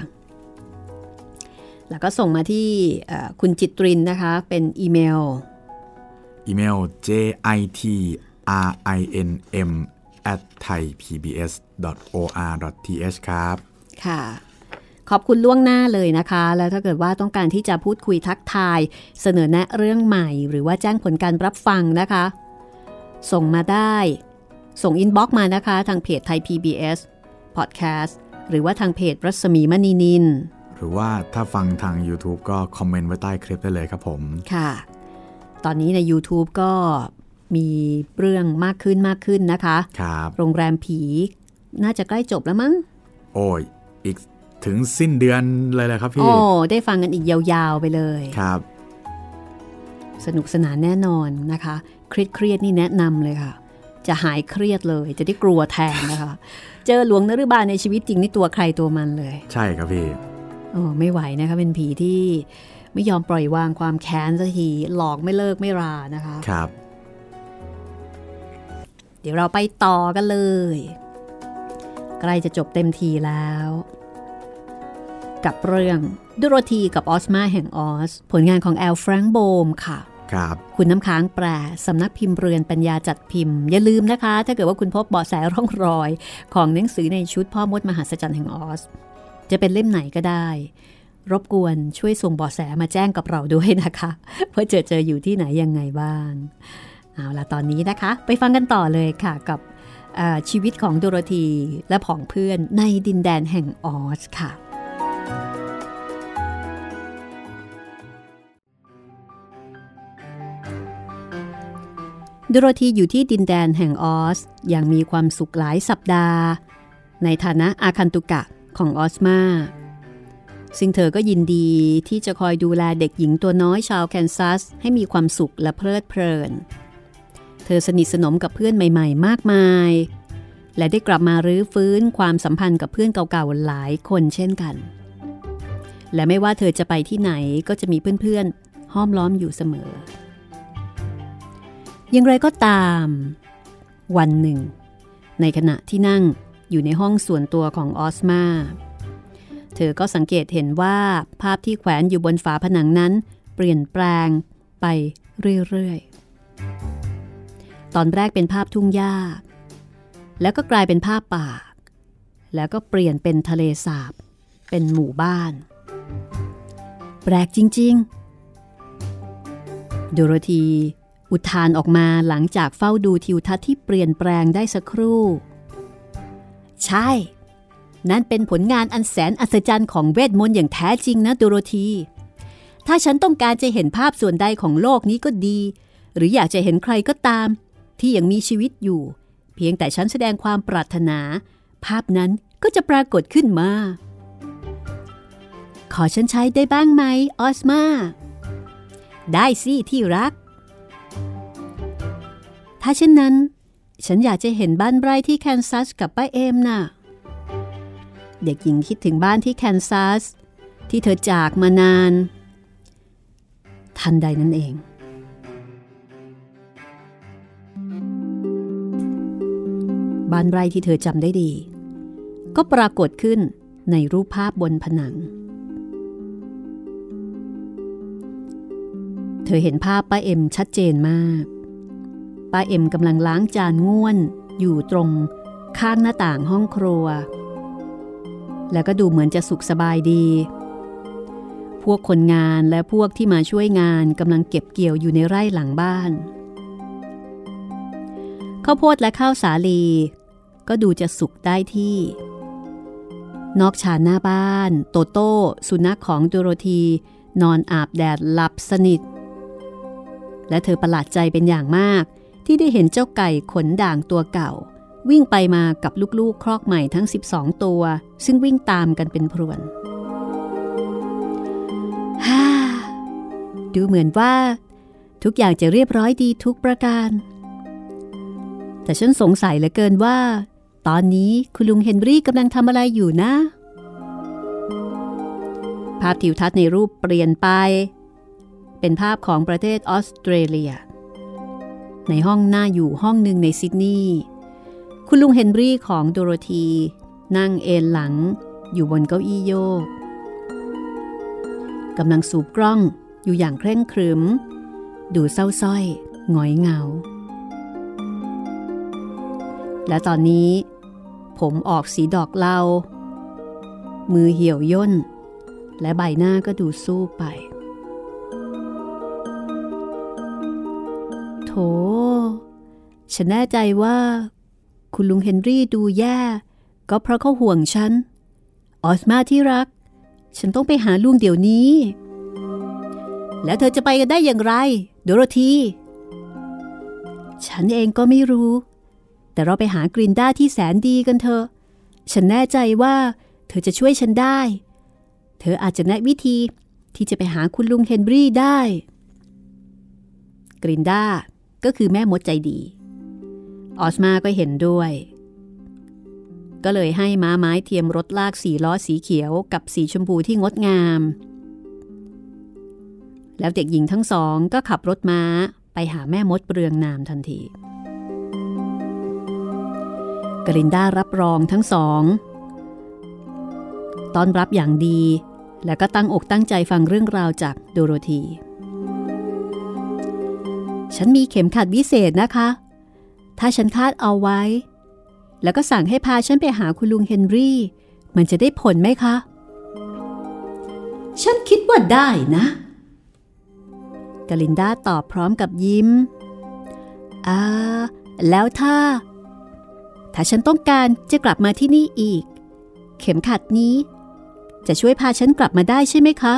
S2: แล้วก็ส่งมาที่คุณจิตรินนะคะเป็นอีเมล
S1: jitrinm@thaipbs.or.th ครับ
S2: ค่ะขอบคุณล่วงหน้าเลยนะคะแล้วถ้าเกิดว่าต้องการที่จะพูดคุยทักทายเสนอแนะเรื่องใหม่หรือว่าแจ้งผลการรับฟังนะคะส่งมาได้ส่งอินบ็อกซ์มานะคะทางเพจไทย PBS Podcast หรือว่าทางเพจรัศมีมณีนิน
S1: หรือว่าถ้าฟังทาง YouTube ก็คอมเมนต์ไว้ใต้คลิปได้เลยครับผม
S2: ค่ะตอนนี้ใน YouTube ก็มีเรื่องมากขึ้นนะคะ
S1: ครับ
S2: โรงแรมผีน่าจะใกล้จบแล้วมั้ง
S1: โอ้ยอีกถึงสิ้นเดือนเลยแหละครับพี่
S2: ได้ฟังกันอีกยาวๆไปเลย
S1: ครับ
S2: สนุกสนานแน่นอนนะคะเครียดนี่แนะนำเลยค่ะจะหายเครียดเลยจะได้กลัวแทนนะคะ เจอหลวงนฤบาลในชีวิตจริงนี่ตัวใครตัวมันเลย
S1: ใช่ครับพี่
S2: ไม่ไหวนะคะเป็นผีที่ไม่ยอมปล่อยวางความแค้นสักทีหลอกไม่เลิกไม่รานะคะ
S1: ครับ
S2: เดี๋ยวเราไปต่อกันเลยใกล้จะจบเต็มทีแล้วกับเรื่องโดโรธีกับออสมาแห่งออสผลงานของแอลแฟรงค์โบมค่ะ
S1: ครับ
S2: คุณน้ำค้างแปลสำนักพิมพ์เรือนปัญญาจัดพิมพ์อย่าลืมนะคะถ้าเกิดว่าคุณพบเบาะแสร่องรอยของหนังสือในชุดพ่อมดมหัศจรรย์แห่งออสจะเป็นเล่มไหนก็ได้รบกวนช่วยส่งเบาะแสมาแจ้งกับเราด้วยนะคะว่าเจออยู่ที่ไหนยังไงบ้างเอาล่ะตอนนี้นะคะไปฟังกันต่อเลยค่ะกับชีวิตของโดโรธีและผองเพื่อนในดินแดนแห่งออสค่ะโดโรธีอยู่ที่ดินแดนแห่งออสอย่างมีความสุขหลายสัปดาห์ในฐานะอาคันตุกะของออสมาซึ่งเธอก็ยินดีที่จะคอยดูแลเด็กหญิงตัวน้อยชาวแคนซัสให้มีความสุขและเพลิดเพลินเธอสนิทสนมกับเพื่อนใหม่ๆมากมายและได้กลับมารื้อฟื้นความสัมพันธ์กับเพื่อนเก่าๆหลายคนเช่นกันและไม่ว่าเธอจะไปที่ไหนก็จะมีเพื่อนๆห้อมล้อมอยู่เสมออย่างไรก็ตามวันหนึ่งในขณะที่นั่งอยู่ในห้องส่วนตัวของออสมาเธอก็สังเกตเห็นว่าภาพที่แขวนอยู่บนฝาผนังนั้นเปลี่ยนแปลงไปเรื่อยๆตอนแรกเป็นภาพทุ่งหญ้าแล้วก็กลายเป็นภาพป่าแล้วก็เปลี่ยนเป็นทะเลสาบเป็นหมู่บ้านแปลกจริงๆโดโรธีอุทานออกมาหลังจากเฝ้าดูทิวทัศน์ที่เปลี่ยนแปลงได้สักครู่ใช่นั่นเป็นผลงานอันแสนอัศจรรย์ของเวทมนต์อย่างแท้จริงนะโดโรธีถ้าฉันต้องการจะเห็นภาพส่วนใดของโลกนี้ก็ดีหรืออยากจะเห็นใครก็ตามที่ยังมีชีวิตอยู่เพียงแต่ฉันแสดงความปรารถนาภาพนั้นก็จะปรากฏขึ้นมาขอฉันใช้ได้บ้างไหมออสมาได้สิที่รักถ้าเช่นนั้นฉันอยากจะเห็นบ้านไร่ที่แคนซัสกับป้าเอมน่ะเด็กหญิงคิดถึงบ้านที่แคนซัสที่เธอจากมานานทันใดนั้นเองบ้านไร่ที่เธอจำได้ดีก็ปรากฏขึ้นในรูปภาพบนผนังเธอเห็นภาพป้าเอ็มชัดเจนมากป้าเอ็มกำลังล้างจานง่วนอยู่ตรงข้างหน้าต่างห้องครัวแล้วก็ดูเหมือนจะสุขสบายดีพวกคนงานและพวกที่มาช่วยงานกำลังเก็บเกี่ยวอยู่ในไร่หลังบ้านข้าวโพดและข้าวสาลีก็ดูจะสุกได้ที่นอกชานหน้าบ้านโตโต้สุนัขของโดโรธีนอนอาบแดดหลับสนิทและเธอประหลาดใจเป็นอย่างมากที่ได้เห็นเจ้าไก่ขนด่างตัวเก่าวิ่งไปมากับลูกๆครอกใหม่ทั้ง12ตัวซึ่งวิ่งตามกันเป็นพรวนฮ่าดูเหมือนว่าทุกอย่างจะเรียบร้อยดีทุกประการแต่ฉันสงสัยเหลือเกินว่าตอนนี้คุณลุงเฮนรี่กำลังทำอะไรอยู่นะภาพทิวทัศน์ในรูปเปลี่ยนไปเป็นภาพของประเทศออสเตรเลียในห้องหน้าอยู่ห้องหนึ่งในซิดนีย์คุณลุงเฮนรี่ของโดโรธีนั่งเอนหลังอยู่บนเก้าอี้โยกกำลังสูบกล้องอยู่อย่างเคร่งครึมดูเศร้าส้อยหงอยเหงาและตอนนี้ผมออกสีดอกเหลามือเหี่ยวย่นและใบหน้าก็ดูสู้ไปโถฉันแน่ใจว่าคุณลุงเฮนรี่ดูแย่ก็เพราะเขาห่วงฉันออสมาที่รักฉันต้องไปหาลุงเดี๋ยวนี้แล้วเธอจะไปกันได้อย่างไรโดโรธีฉันเองก็ไม่รู้แต่เราไปหากรินด้าที่แสนดีกันเถอะฉันแน่ใจว่าเธอจะช่วยฉันได้เธออาจจะแนะวิธีที่จะไปหาคุณลุงเฮนรี่ได้กรินด้าก็คือแม่มดใจดีออสมาก็เห็นด้วยก็เลยให้ม้าไม้เทียมรถลาก4 ล้อสีเขียวกับสีชมพูที่งดงามแล้วเด็กหญิงทั้งสองก็ขับรถม้าไปหาแม่มดเปลืองนามทันทีกลินดารับรองทั้งสองต้อนรับอย่างดีและก็ตั้งอกตั้งใจฟังเรื่องราวจากโดโรธีฉันมีเข็มขัดวิเศษนะคะถ้าฉันคาดเอาไว้แล้วก็สั่งให้พาฉันไปหาคุณลุงเฮนรี่มันจะได้ผลไหมคะฉันคิดว่าได้นะกลินดาตอบพร้อมกับยิ้มแล้วถ้าฉันต้องการจะกลับมาที่นี่อีกเข็มขัดนี้จะช่วยพาฉันกลับมาได้ใช่ไหมคะ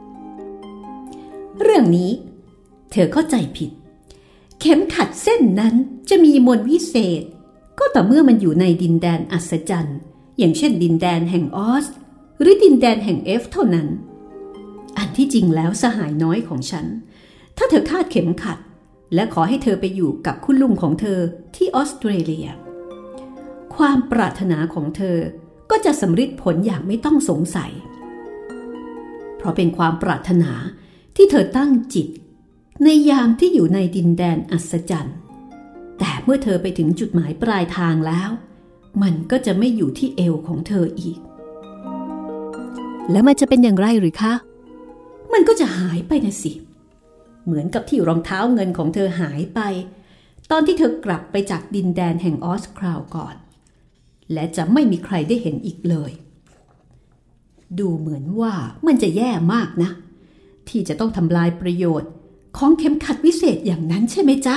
S2: เรื่องนี้เธอเข้าใจผิดเข็มขัดเส้นนั้นจะมีมนต์วิเศษก็ต่อเมื่อมันอยู่ในดินแดนอัศจรรย์อย่างเช่นดินแดนแห่งออสหรือดินแดนแห่งเอฟเท่านั้นอันที่จริงแล้วสหายน้อยของฉันถ้าเธอคาดเข็มขัดและขอให้เธอไปอยู่กับคุณลุงของเธอที่ออสเตรเลียความปรารถนาของเธอก็จะสำเร็จผลอย่างไม่ต้องสงสัยเพราะเป็นความปรารถนาที่เธอตั้งจิตในยามที่อยู่ในดินแดนอัศจรรย์แต่เมื่อเธอไปถึงจุดหมายปลายทางแล้วมันก็จะไม่อยู่ที่เอวของเธออีกแล้วมันจะเป็นอย่างไรหรือคะมันก็จะหายไปนะสิเหมือนกับที่รองเท้าเงินของเธอหายไปตอนที่เธอกลับไปจากดินแดนแห่งออสคราวก่อนและจะไม่มีใครได้เห็นอีกเลยดูเหมือนว่ามันจะแย่มากนะที่จะต้องทำลายประโยชน์ของเข็มขัดวิเศษอย่างนั้นใช่ไหมจ๊ะ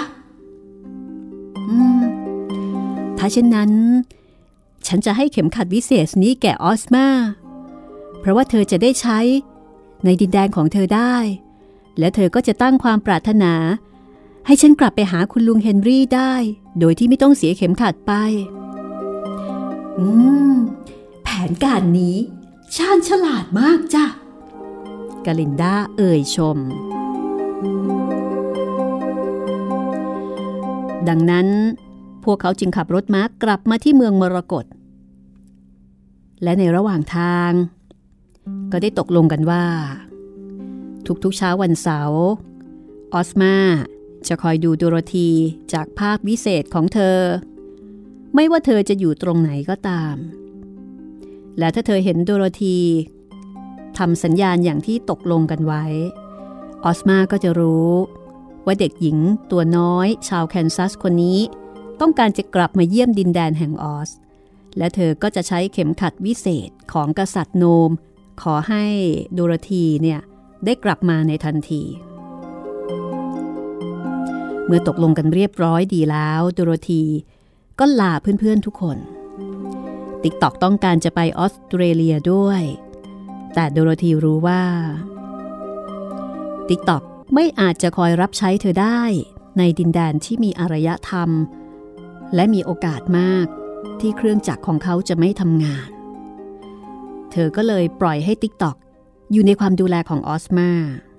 S2: ถ้าเช่นนั้นฉันจะให้เข็มขัดวิเศษนี้แก่ออสมาเพราะว่าเธอจะได้ใช้ในดินแดนของเธอได้และเธอก็จะตั้งความปรารถนาให้ฉันกลับไปหาคุณลุงเฮนรี่ได้โดยที่ไม่ต้องเสียเข็มขัดไปแผนการนี้ชาญฉลาดมากจ้ะกลินดาเอ่ยชมดังนั้นพวกเขาจึงขับรถม้ากลับมาที่เมืองมรกตและในระหว่างทางก็ได้ตกลงกันว่าทุกๆเช้าวันเสาร์ออสมาจะคอยดูโดโรธีจากภาควิเศษของเธอไม่ว่าเธอจะอยู่ตรงไหนก็ตามและถ้าเธอเห็นโดโรธีทำสัญญาณอย่างที่ตกลงกันไว้ออสมาก็จะรู้ว่าเด็กหญิงตัวน้อยชาวแคนซัสคนนี้ต้องการจะกลับมาเยี่ยมดินแดนแห่งออสและเธอก็จะใช้เข็มขัดวิเศษของกษัตริย์โนมขอให้โดโรธีเนี่ยได้กลับมาในทันทีเมื่อตกลงกันเรียบร้อยดีแล้วโดโรธีก็ลาเพื่อนๆทุกคนติ๊กต็อกต้องการจะไปออสเตรเลียด้วยแต่โดโรธีรู้ว่าติ๊กต็อกไม่อาจจะคอยรับใช้เธอได้ในดินแดนที่มีอารยธรรมและมีโอกาสมากที่เครื่องจักรของเขาจะไม่ทำงานเธอก็เลยปล่อยให้ติ๊กต็อกอยู่ในความดูแลของออสมา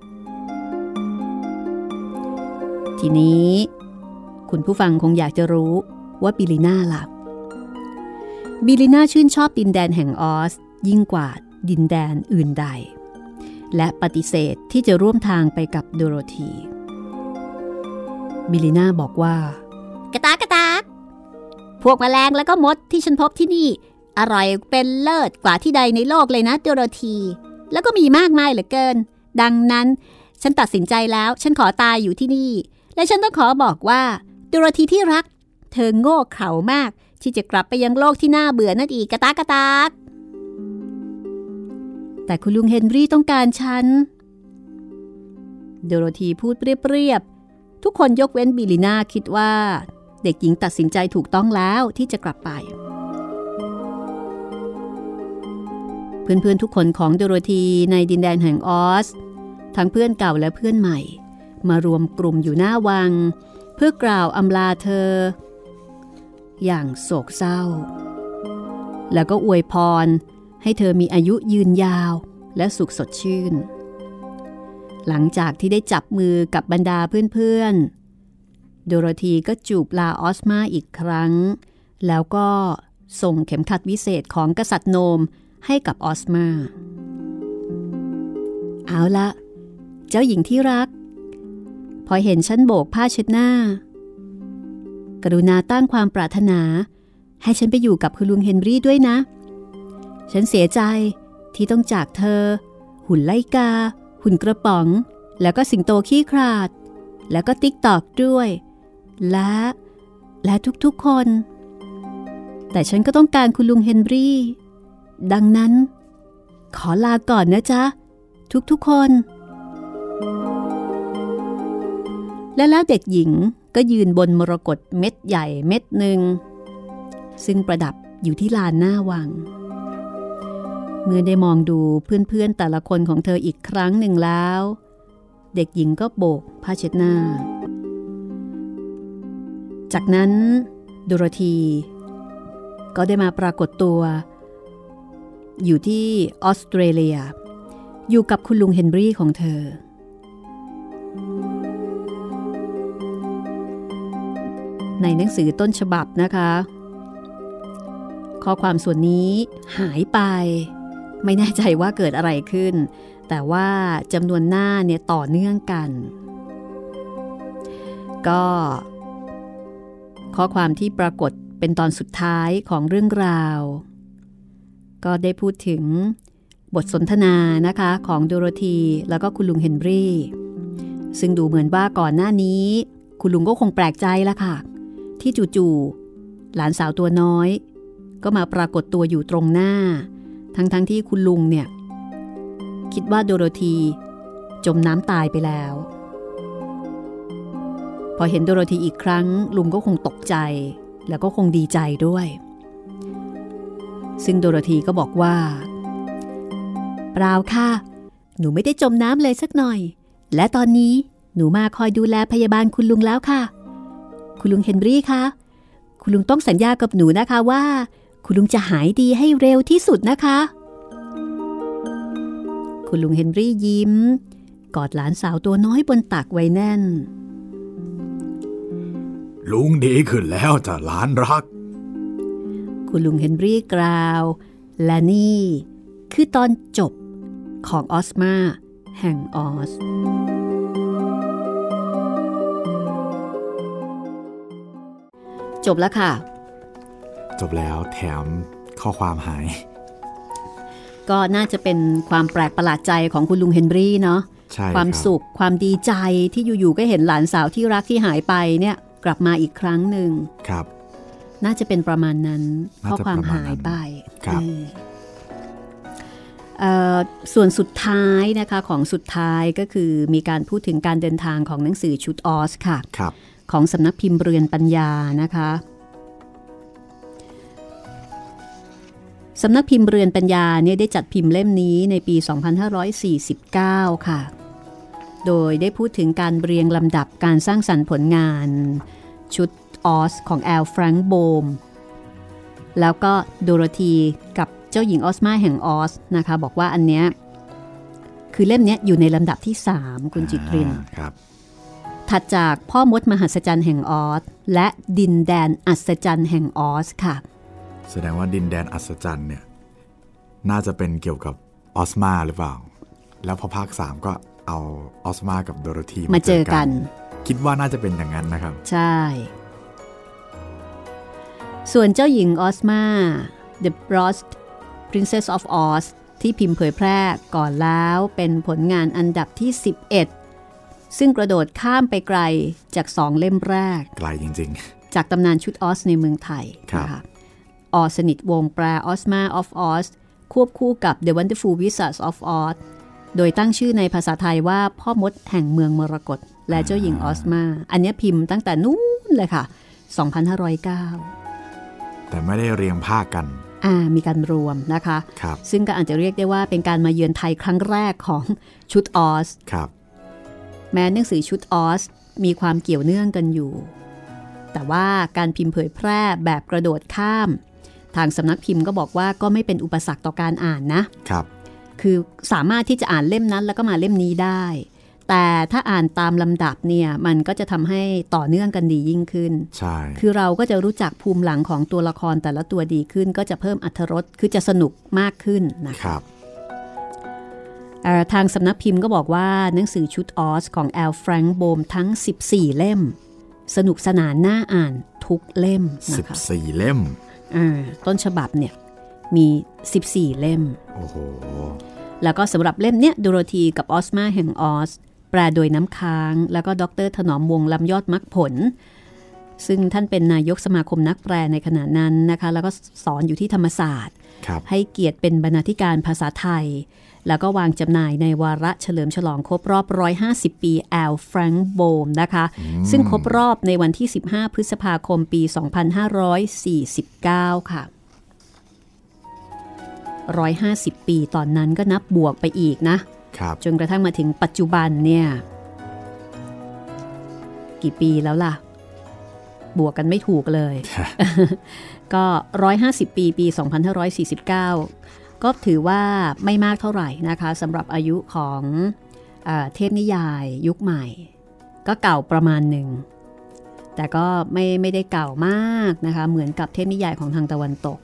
S2: ทีนี้คุณผู้ฟังคงอยากจะรู้ว่าบิลิน่าล่ะบิลิน่าชื่นชอบดินแดนแห่งออสยิ่งกว่าดินแดนอื่นใดและปฏิเสธที่จะร่วมทางไปกับโดโรธีบิลิน่าบอกว่ากระตากพวกแมลงแล้วก็มดที่ฉันพบที่นี่อร่อยเป็นเลิศกว่าที่ใดในโลกเลยนะโดโรธีแล้วก็มีมากมายเหลือเกินดังนั้นฉันตัดสินใจแล้วฉันขอตายอยู่ที่นี่และฉันต้องขอบอกว่าโดโรธีที่รักเธอโง่เขลามากที่จะกลับไปยังโลกที่น่าเบื่อนั่นอีกกระตากแต่คุณลุงเฮนรี่ต้องการฉันโดโรธีพูดเรียบๆทุกคนยกเว้นบิลิน่าคิดว่าเด็กหญิงตัดสินใจถูกต้องแล้วที่จะกลับไปเพื่อนๆทุกคนของโดโรธีในดินแดนแห่งออสทั้งเพื่อนเก่าและเพื่อนใหม่มารวมกลุ่มอยู่หน้าวังเพื่อกล่าวอำลาเธออย่างโศกเศร้าแล้วก็อวยพรให้เธอมีอายุยืนยาวและสุขสดชื่นหลังจากที่ได้จับมือกับบรรดาเพื่อนๆโดโรธีก็จูบลาออสมาอีกครั้งแล้วก็ส่งเข็มขัดวิเศษของกษัตริย์โนมให้กับออสมาเอาละเจ้าหญิงที่รักพอเห็นฉันโบกผ้าเช็ดหน้ากรุณาตั้งความปรารถนาให้ฉันไปอยู่กับคุณลุงเฮนรี่ด้วยนะฉันเสียใจที่ต้องจากเธอหุ่นไล่กาหุ่นกระป๋องแล้วก็สิงโตขี้ขลาดแล้วก็ติ๊กตอกด้วยและทุกๆคนแต่ฉันก็ต้องการคุณลุงเฮนรี่ดังนั้นขอลาก่อนนะจ๊ะทุกๆคนและแล้วเด็กหญิงก็ยืนบนมรกตเม็ดใหญ่เม็ดหนึ่งซึ่งประดับอยู่ที่ลานหน้าวังเมื่อได้มองดูเพื่อนๆแต่ละคนของเธออีกครั้งหนึ่งแล้วเด็กหญิงก็โบกผ้าเช็ดหน้าจากนั้นโดโรธีก็ได้มาปรากฏตัวอยู่ที่ออสเตรเลียอยู่กับคุณลุงเฮนรี่ของเธอในหนังสือต้นฉบับนะคะข้อความส่วนนี้หายไปไม่แน่ใจว่าเกิดอะไรขึ้นแต่ว่าจำนวนหน้าเนี่ยต่อเนื่องกันก็ข้อความที่ปรากฏเป็นตอนสุดท้ายของเรื่องราวก็ได้พูดถึงบทสนทนานะคะของโดโรธีแล้วก็คุณลุงเฮนรี่ซึ่งดูเหมือนว่าก่อนหน้านี้คุณลุงก็คงแปลกใจละค่ะที่จู่ๆหลานสาวตัวน้อยก็มาปรากฏตัวอยู่ตรงหน้าทั้งที่คุณลุงเนี่ยคิดว่าโดโรธีจมน้ำตายไปแล้วพอเห็นโดโรธีอีกครั้งลุงก็คงตกใจแล้วก็คงดีใจด้วยซึ่งโดโรธีก็บอกว่าเปล่าค่ะหนูไม่ได้จมน้ำเลยสักหน่อยและตอนนี้หนูมาคอยดูแลพยาบาลคุณลุงแล้วค่ะคุณลุงเฮนรี่คะคุณลุงต้องสัญญากับหนูนะคะว่าคุณลุงจะหายดีให้เร็วที่สุดนะคะคุณลุงเฮนรี่ยิ้มกอดหลานสาวตัวน้อยบนตักไว้แน่น
S1: ลุงดีขึ้นแล้วจ้ะหลานรัก
S2: คุณลุงเฮนรี่กล่าวและนี่คือตอนจบของออสมาแห่งออสจบแล้วค่ะ
S1: จบแล้วแถมข้อความหาย
S2: ก็น่าจะเป็นความแปลกประหลาดใจของคุณลุงเฮนรี่เนาะความสุขความดีใจที่อยู่ๆก็เห็นหลานสาวที่รักที่หายไปเนี่ยกลับมาอีกครั้งหนึ่ง
S1: ครับ
S2: น่าจะเป็นประมาณนั้นข้อความหายไปส่วนสุดท้ายนะคะของสุดท้ายก็คือมีการพูดถึงการเดินทางของหนังสือชุดออสค่ะของสำนักพิมพ์เรือนปัญญานะคะสำนักพิมพ์เรือนปัญญาเนี่ยได้จัดพิมพ์เล่มนี้ในปี 2549 ค่ะโดยได้พูดถึงการเรียงลำดับการสร้างสรรค์ผลงานชุดออสของแอลแฟรงค์โบมแล้วก็โดโรธีกับเจ้าหญิงออสมาแห่งออสนะคะบอกว่าอันเนี้ยคือเล่มเนี้ยอยู่ในลำดับที่3คุณจิตรินถัดจากพ่อมดมหัศจรรย์แห่งออสและดินแดนอัศจรรย์แห่งออสค่ะ
S1: แสดงว่าดินแดนอัศจรรย์เนี่ยน่าจะเป็นเกี่ยวกับออสมาหรือเปล่าแล้วพอภาค3ก็เอาออสมากับโดโรธี
S2: มาเจอกัน
S1: คิดว่าน่าจะเป็นอย่างนั้นนะครับ
S2: ใช่ส่วนเจ้าหญิงออสมา The Lost Princess of Oz ที่พิมพ์เผยแพร่ก่อนแล้วเป็นผลงานอันดับที่11ซึ่งกระโดดข้ามไปไกลจาก2เล่มแรก
S1: ไกลจริง
S2: ๆจากตำนานชุดออสในเมืองไทยนะคะอสนิทวงแปล Ozma of Oz ควบคู่กับ The Wonderful Wizards of Oz โดยตั้งชื่อในภาษาไทยว่าพ่อมดแห่งเมืองมรกตและเจ้าหญิงออสมาอันนี้พิมพ์ตั้งแต่นู้นเลยค่ะ 2509
S1: แต่ไม่ได้เรียงภาคกัน
S2: มีการรวมนะคะซึ่งก็อาจจะเรียกได้ว่าเป็นการมาเยือนไทยครั้งแรกของชุดออสแม้หนังสือชุดออสมีความเกี่ยวเนื่องกันอยู่แต่ว่าการพิมพ์เผยแพร่แบบกระโดดข้ามทางสำนักพิมพ์ก็บอกว่าก็ไม่เป็นอุปสรรคต่อการอ่านนะครับคือสามารถที่จะอ่านเล่มนั้นแล้วก็มาเล่มนี้ได้แต่ถ้าอ่านตามลำดับเนี่ยมันก็จะทำให้ต่อเนื่องกันดียิ่งขึ้น
S1: ใช่
S2: คือเราก็จะรู้จักภูมิหลังของตัวละครแต่ละตัวดีขึ้นก็จะเพิ่มอรรถรสคือจะสนุกมากขึ้นนะครับทางสำนักพิมพ์ก็บอกว่าหนังสือชุดออสของแอลแฟรงค์โบมทั้ง14เล่มสนุกสนานน่าอ่านทุกเล่มนะคะ
S1: 14เล่ม
S2: ต้นฉบับเนี่ยมี14เล่ม
S1: โอ้โห
S2: แล้วก็สำหรับเล่มเนี้ยโดโรธีกับออสมาแห่งออสแปลโดยน้ำค้างแล้วก็ดร.ถนอมวงศ์ลำยอดมรรคผลซึ่งท่านเป็นนายกสมาคมนักแปลในขณะนั้นนะคะแล้วก็สอนอยู่ที่ธรรมศาสตร์ให้เกียรติเป็นบรรณาธิการภาษาไทยแล้วก็วางจำหน่ายในวาระเฉลิมฉลองครบรอบ150ปีแอลแฟรงค์โบมนะคะซึ่งครบรอบในวันที่15พฤษภาคมปี2549ค่ะ150ปีตอนนั้นก็นับบวกไปอีกนะจนกระทั่งมาถึงปัจจุบันเนี่ยกี่ปีแล้วล่ะบวกกันไม่ถูกเลย ก็150ปี2549ก็ถือว่าไม่มากเท่าไหร่นะคะสำหรับอายุของเทพนิยายยุคใหม่ก็เก่าประมาณหนึ่งแต่ก็ไม่ได้เก่ามากนะคะเหมือนกับเทพนิยายของทางตะวันตก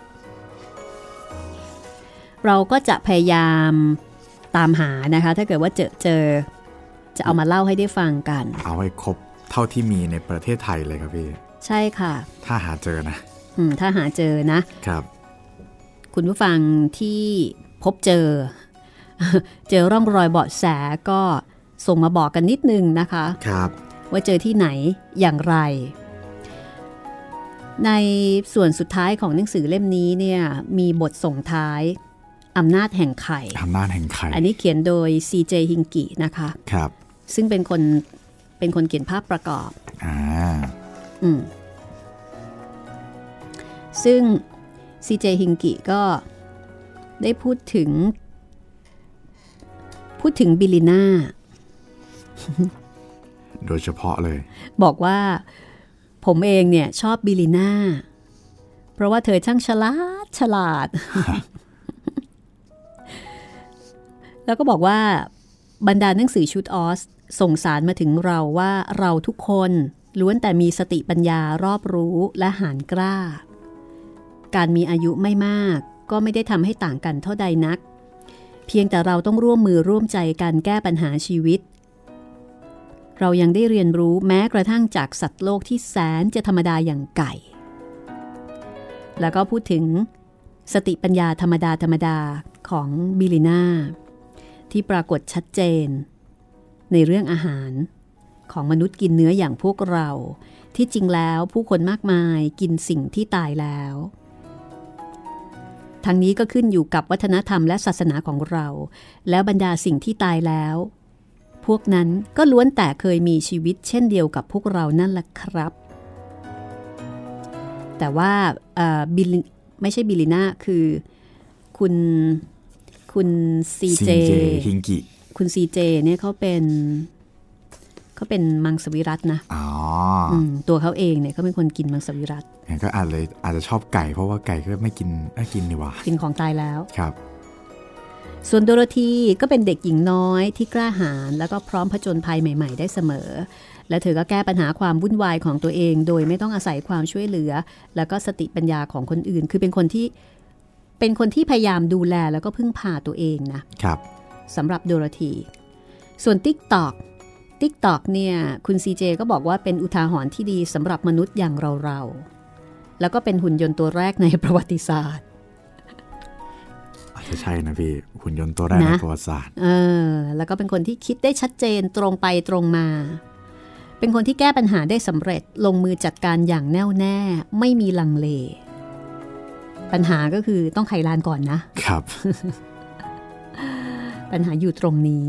S2: เราก็จะพยายามตามหานะคะถ้าเกิดว่าเจอจะเอามาเล่าให้ได้ฟังกัน
S1: เอาให้ครบเท่าที่มีในประเทศไทยเลยครับพี่
S2: ใช่ค่ะ
S1: ถ้าหาเจอนะ
S2: ถ้าหาเจอนะครับคุณผู้ฟังที่พบเจอร่องรอยเบาะแสก็ส่งมาบอกกันนิดนึงนะคะ
S1: ครับ
S2: ว่าเจอที่ไหนอย่างไรในส่วนสุดท้ายของหนังสือเล่มนี้เนี่ยมีบทส่งท้ายอำนาจแห่งไข่อันนี้เขียนโดย CJ ฮิงกินะคะ
S1: ครับ
S2: ซึ่งเป็นคนเขียนภาพประกอบซึ่ง CJ ฮิงกิก็ได้พูดถึงบิลลิน่า
S1: โดยเฉพาะเลย
S2: บอกว่าผมเองเนี่ยชอบบิลลิน่าเพราะว่าเธอช่างฉลาด แล้วก็บอกว่าบรรดาหนังสือชุดออสส่งสารมาถึงเราว่าเราทุกคนล้วนแต่มีสติปัญญารอบรู้และหาญกล้าการมีอายุไม่มากก็ไม่ได้ทำให้ต่างกันเท่าใดนักเพียงแต่เราต้องร่วมมือร่วมใจกันแก้ปัญหาชีวิตเรายังได้เรียนรู้แม้กระทั่งจากสัตว์โลกที่แสนจะธรรมดาอย่างไก่แล้วก็พูดถึงสติปัญญาธรรมดาของบิลลิน่าที่ปรากฏชัดเจนในเรื่องอาหารของมนุษย์กินเนื้ออย่างพวกเราที่จริงแล้วผู้คนมากมายกินสิ่งที่ตายแล้วทั้งนี้ก็ขึ้นอยู่กับวัฒนธรรมและศาสนาของเราแล้วบรรดาสิ่งที่ตายแล้วพวกนั้นก็ล้วนแต่เคยมีชีวิตเช่นเดียวกับพวกเรานั่นแหละครับแต่ว่าไม่ใช่บิลลิน่าคือคุณซีเจ
S1: ฮิงกิ
S2: คุณซีเจเนี่ยเขาเป็นมังสวิรัตินะตัวเขาเองเนี่ยเขาเป็นคนกินมังสวิรัติ
S1: ก็อาจจะชอบไก่เพราะว่าไก่ก็ไม่กินนี่หว่า
S2: กินของตายแล้ว
S1: ครับ
S2: ส่วนโดโรธีก็เป็นเด็กหญิงน้อยที่กล้าหาญแล้วก็พร้อมผจญภัยใหม่ๆได้เสมอและเธอก็แก้ปัญหาความวุ่นวายของตัวเองโดยไม่ต้องอาศัยความช่วยเหลือแล้วก็สติปัญญาของคนอื่นคือเป็นคนที่พยายามดูแลแล้วก็พึ่งพาตัวเองนะครับสำหรับโดโรธีส่วน TikTok เนี่ยคุณ CJ ก็บอกว่าเป็นอุทาหรณ์ที่ดีสำหรับมนุษย์อย่างเราแล้วก็เป็นหุ่นยนต์ตัวแรกในประวัติศาสตร์
S1: อาจจะใช่นะพี่หุ่นยนต์ตัวแรกในประวัติศาสตร์
S2: แล้วก็เป็นคนที่คิดได้ชัดเจนตรงไปตรงมาเป็นคนที่แก้ปัญหาได้สำเร็จลงมือจัดการอย่างแน่วแน่ไม่มีลังเลปัญหาก็คือต้องไขลานก่อน
S1: นะครับ
S2: ปัญหาอยู่ตรงนี้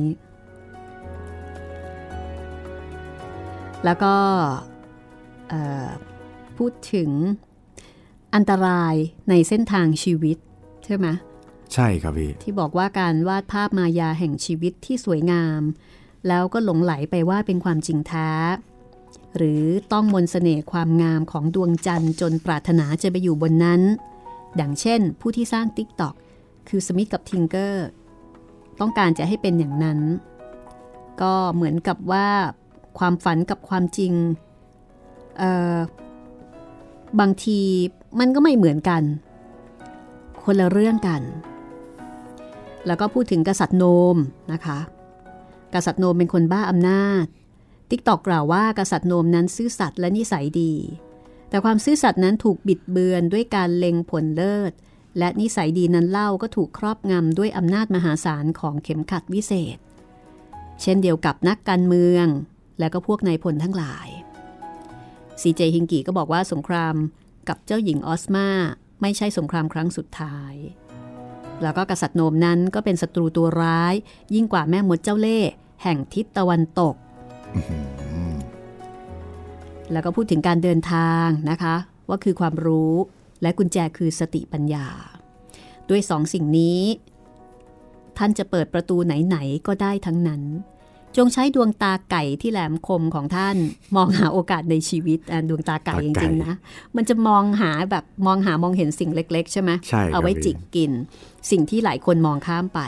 S2: แล้วก็พูดถึงอันตรายในเส้นทางชีวิตใช่ไหม
S1: ใช่ครับพี่
S2: ที่บอกว่าการวาดภาพมายาแห่งชีวิตที่สวยงามแล้วก็หลงไหลไปว่าเป็นความจริงแท้หรือต้องมนต์เสน่ห์ความงามของดวงจันทร์จนปรารถนาจะไปอยู่บนนั้นดังเช่นผู้ที่สร้าง TikTok คือสมิธกับทิงเกอร์ต้องการจะให้เป็นอย่างนั้นก็เหมือนกับว่าความฝันกับความจริงบางทีมันก็ไม่เหมือนกันคนละเรื่องกันแล้วก็พูดถึงกษัตริย์โนมนะคะกษัตริย์โนมเป็นคนบ้าอำนาจTikTok กล่าวว่ากษัตริย์โนมนั้นซื่อสัตย์และนิสัยดีแต่ความซื่อสัตย์นั้นถูกบิดเบือนด้วยการเล็งผลเลิศและนิสัยดีนั้นเล่าก็ถูกครอบงำด้วยอำนาจมหาศาลของเข็มขัดวิเศษเช่นเดียวกับนักการเมืองและก็พวกนายพลทั้งหลายซีเจฮิงกิก็บอกว่าสงครามกับเจ้าหญิงออสมาไม่ใช่สงครามครั้งสุดท้ายแล้วก็กษัตริย์โนมนั้นก็เป็นศัตรูตัวร้ายยิ่งกว่าแม่มดเจ้าเล่ห์แห่งทิศตะวันตกแล้วก็พูดถึงการเดินทางนะคะว่าคือความรู้และกุญแจคือสติปัญญาด้วยสองสิ่งนี้ท่านจะเปิดประตูไหนๆก็ได้ทั้งนั้นจงใช้ดวงตาไก่ที่แหลมคมของท่านมองหาโอกาสในชีวิตดวงตาไก่จริงๆนะมันจะมองเห็นสิ่งเล็กๆใช่ไหมเอาไว้จิกกินสิ่งที่หลายคนมองข้ามไป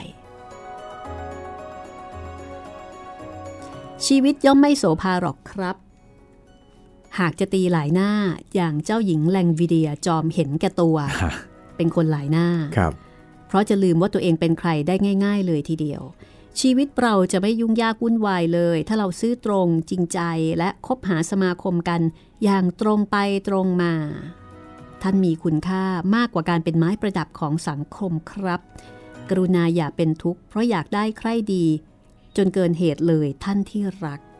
S2: ชีวิตย่อมไม่โสภาหรอกครับหากจะตีหลายหน้าอย่างเจ้าหญิงแลงวิเดียจอมเห็นแก่ตัว เป็นคนหลายหน้าเพราะจะลืมว่าตัวเองเป็นใครได้ง่ายๆเลยทีเดียวชีวิตเราจะไม่ยุ่งยากวุ่นวายเลยถ้าเราซื่อตรงจริงใจและคบหาสมาคมกันอย่างตรงไปตรงมาท่านมีคุณค่ามากกว่าการเป็นไม้ประดับของสังคมครับกรุณาอย่าเป็นทุกข์เพราะอยากได้ใคร่ดีจนเกินเหตุเลยท่านที่รัก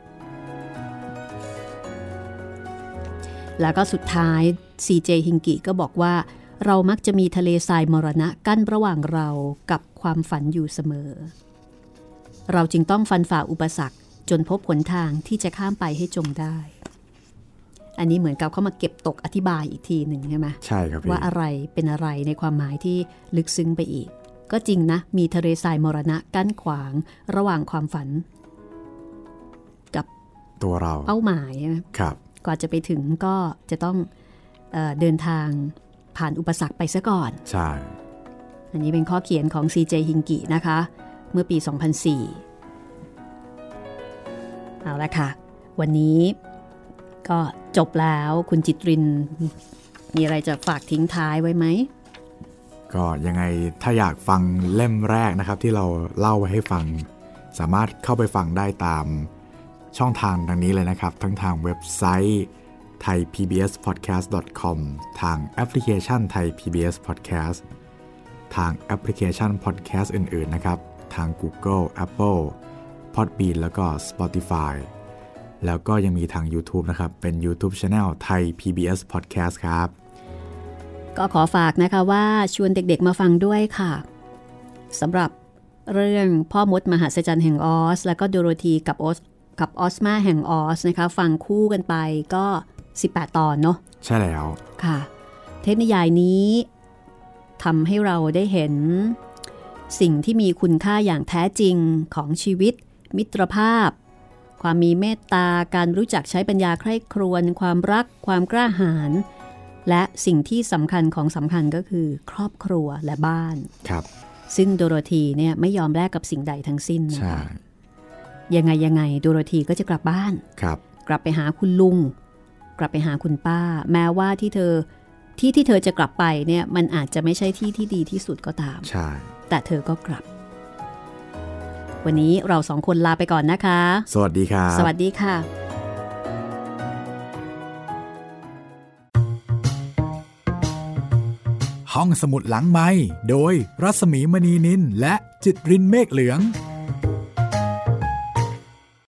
S2: แล้วก็สุดท้ายซีเจฮิงกิก็บอกว่าเรามักจะมีทะเลทรายมรณะกั้นระหว่างเรากับความฝันอยู่เสมอเราจึงต้องฟันฝ่าอุปสรรคจนพบหนทางที่จะข้ามไปให้จงได้อันนี้เหมือนกับเขามาเก็บตกอธิบายอีกทีหนึ่งใช่ไหม
S1: ใช่ครับ
S2: ว่าอะไรเป็นอะไรในความหมายที่ลึกซึ้งไปอีกก็จริงนะมีทะเลทรายมรณะกั้นขวางระหว่างความฝันกับ
S1: ตัวเรา
S2: เป้าหมาย
S1: ครับ
S2: กว่าจะไปถึงก็จะต้องเดินทางผ่านอุปสรรคไปซะก่อน
S1: ใช่
S2: อันนี้เป็นข้อเขียนของซีเจฮิงกินะคะเมื่อปี 2004 เอาละค่ะวันนี้ก็จบแล้วคุณจิตรินมีอะไรจะฝากทิ้งท้ายไว้ไหม
S1: ก็ยังไงถ้าอยากฟังเล่มแรกนะครับที่เราเล่าไว้ให้ฟังสามารถเข้าไปฟังได้ตามช่องทางดังนี้เลยนะครับทั้งทางเว็บไซต์ thaipbspodcast.com ทางแอปพลิเคชัน Thai PBS Podcast ทางแอปพลิเคชัน Podcast อื่นๆนะครับทาง Google, Apple, Podbean แล้วก็ Spotify แล้วก็ยังมีทาง YouTube นะครับเป็น YouTube Channel Thai PBS Podcast ครับ
S2: ก็ขอฝากนะคะว่าชวนเด็กๆมาฟังด้วยค่ะสำหรับเรื่องพ่อมดมหัศจรรย์แห่งออสแล้วก็โดโรธีกับออสมาแห่งออสนะคะฟังคู่กันไปก็18ตอนเนาะ
S1: ใช่แล้ว
S2: ค่ะเทพนิยายนี้ทำให้เราได้เห็นสิ่งที่มีคุณค่าอย่างแท้จริงของชีวิตมิตรภาพความมีเมตตาการรู้จักใช้ปัญญาใคร่ครวญความรักความกล้าหาญและสิ่งที่สำคัญของสำคัญก็คือครอบครัวและบ้าน
S1: ครับ
S2: ซึ่งโดโรธีเนี่ยไม่ยอมแลกกับสิ่งใดทั้งสิ้นนะคะยังไงโดโรธีก็จะกลับบ้านกลับไปหาคุณลุงกลับไปหาคุณป้าแม้ว่าที่เธอจะกลับไปเนี่ยมันอาจจะไม่ใช่ที่ที่ดีที่สุดก็ตาม
S1: ใช่
S2: แต่เธอก็กลับวันนี้เราสองคนลาไปก่อนนะคะ
S1: สวัสดีครับ
S2: สวัสดีค่ะ
S1: ห้องสมุดหลังไมค์โดยรัศมีมณีนินและจิตรินเมฆเหลือง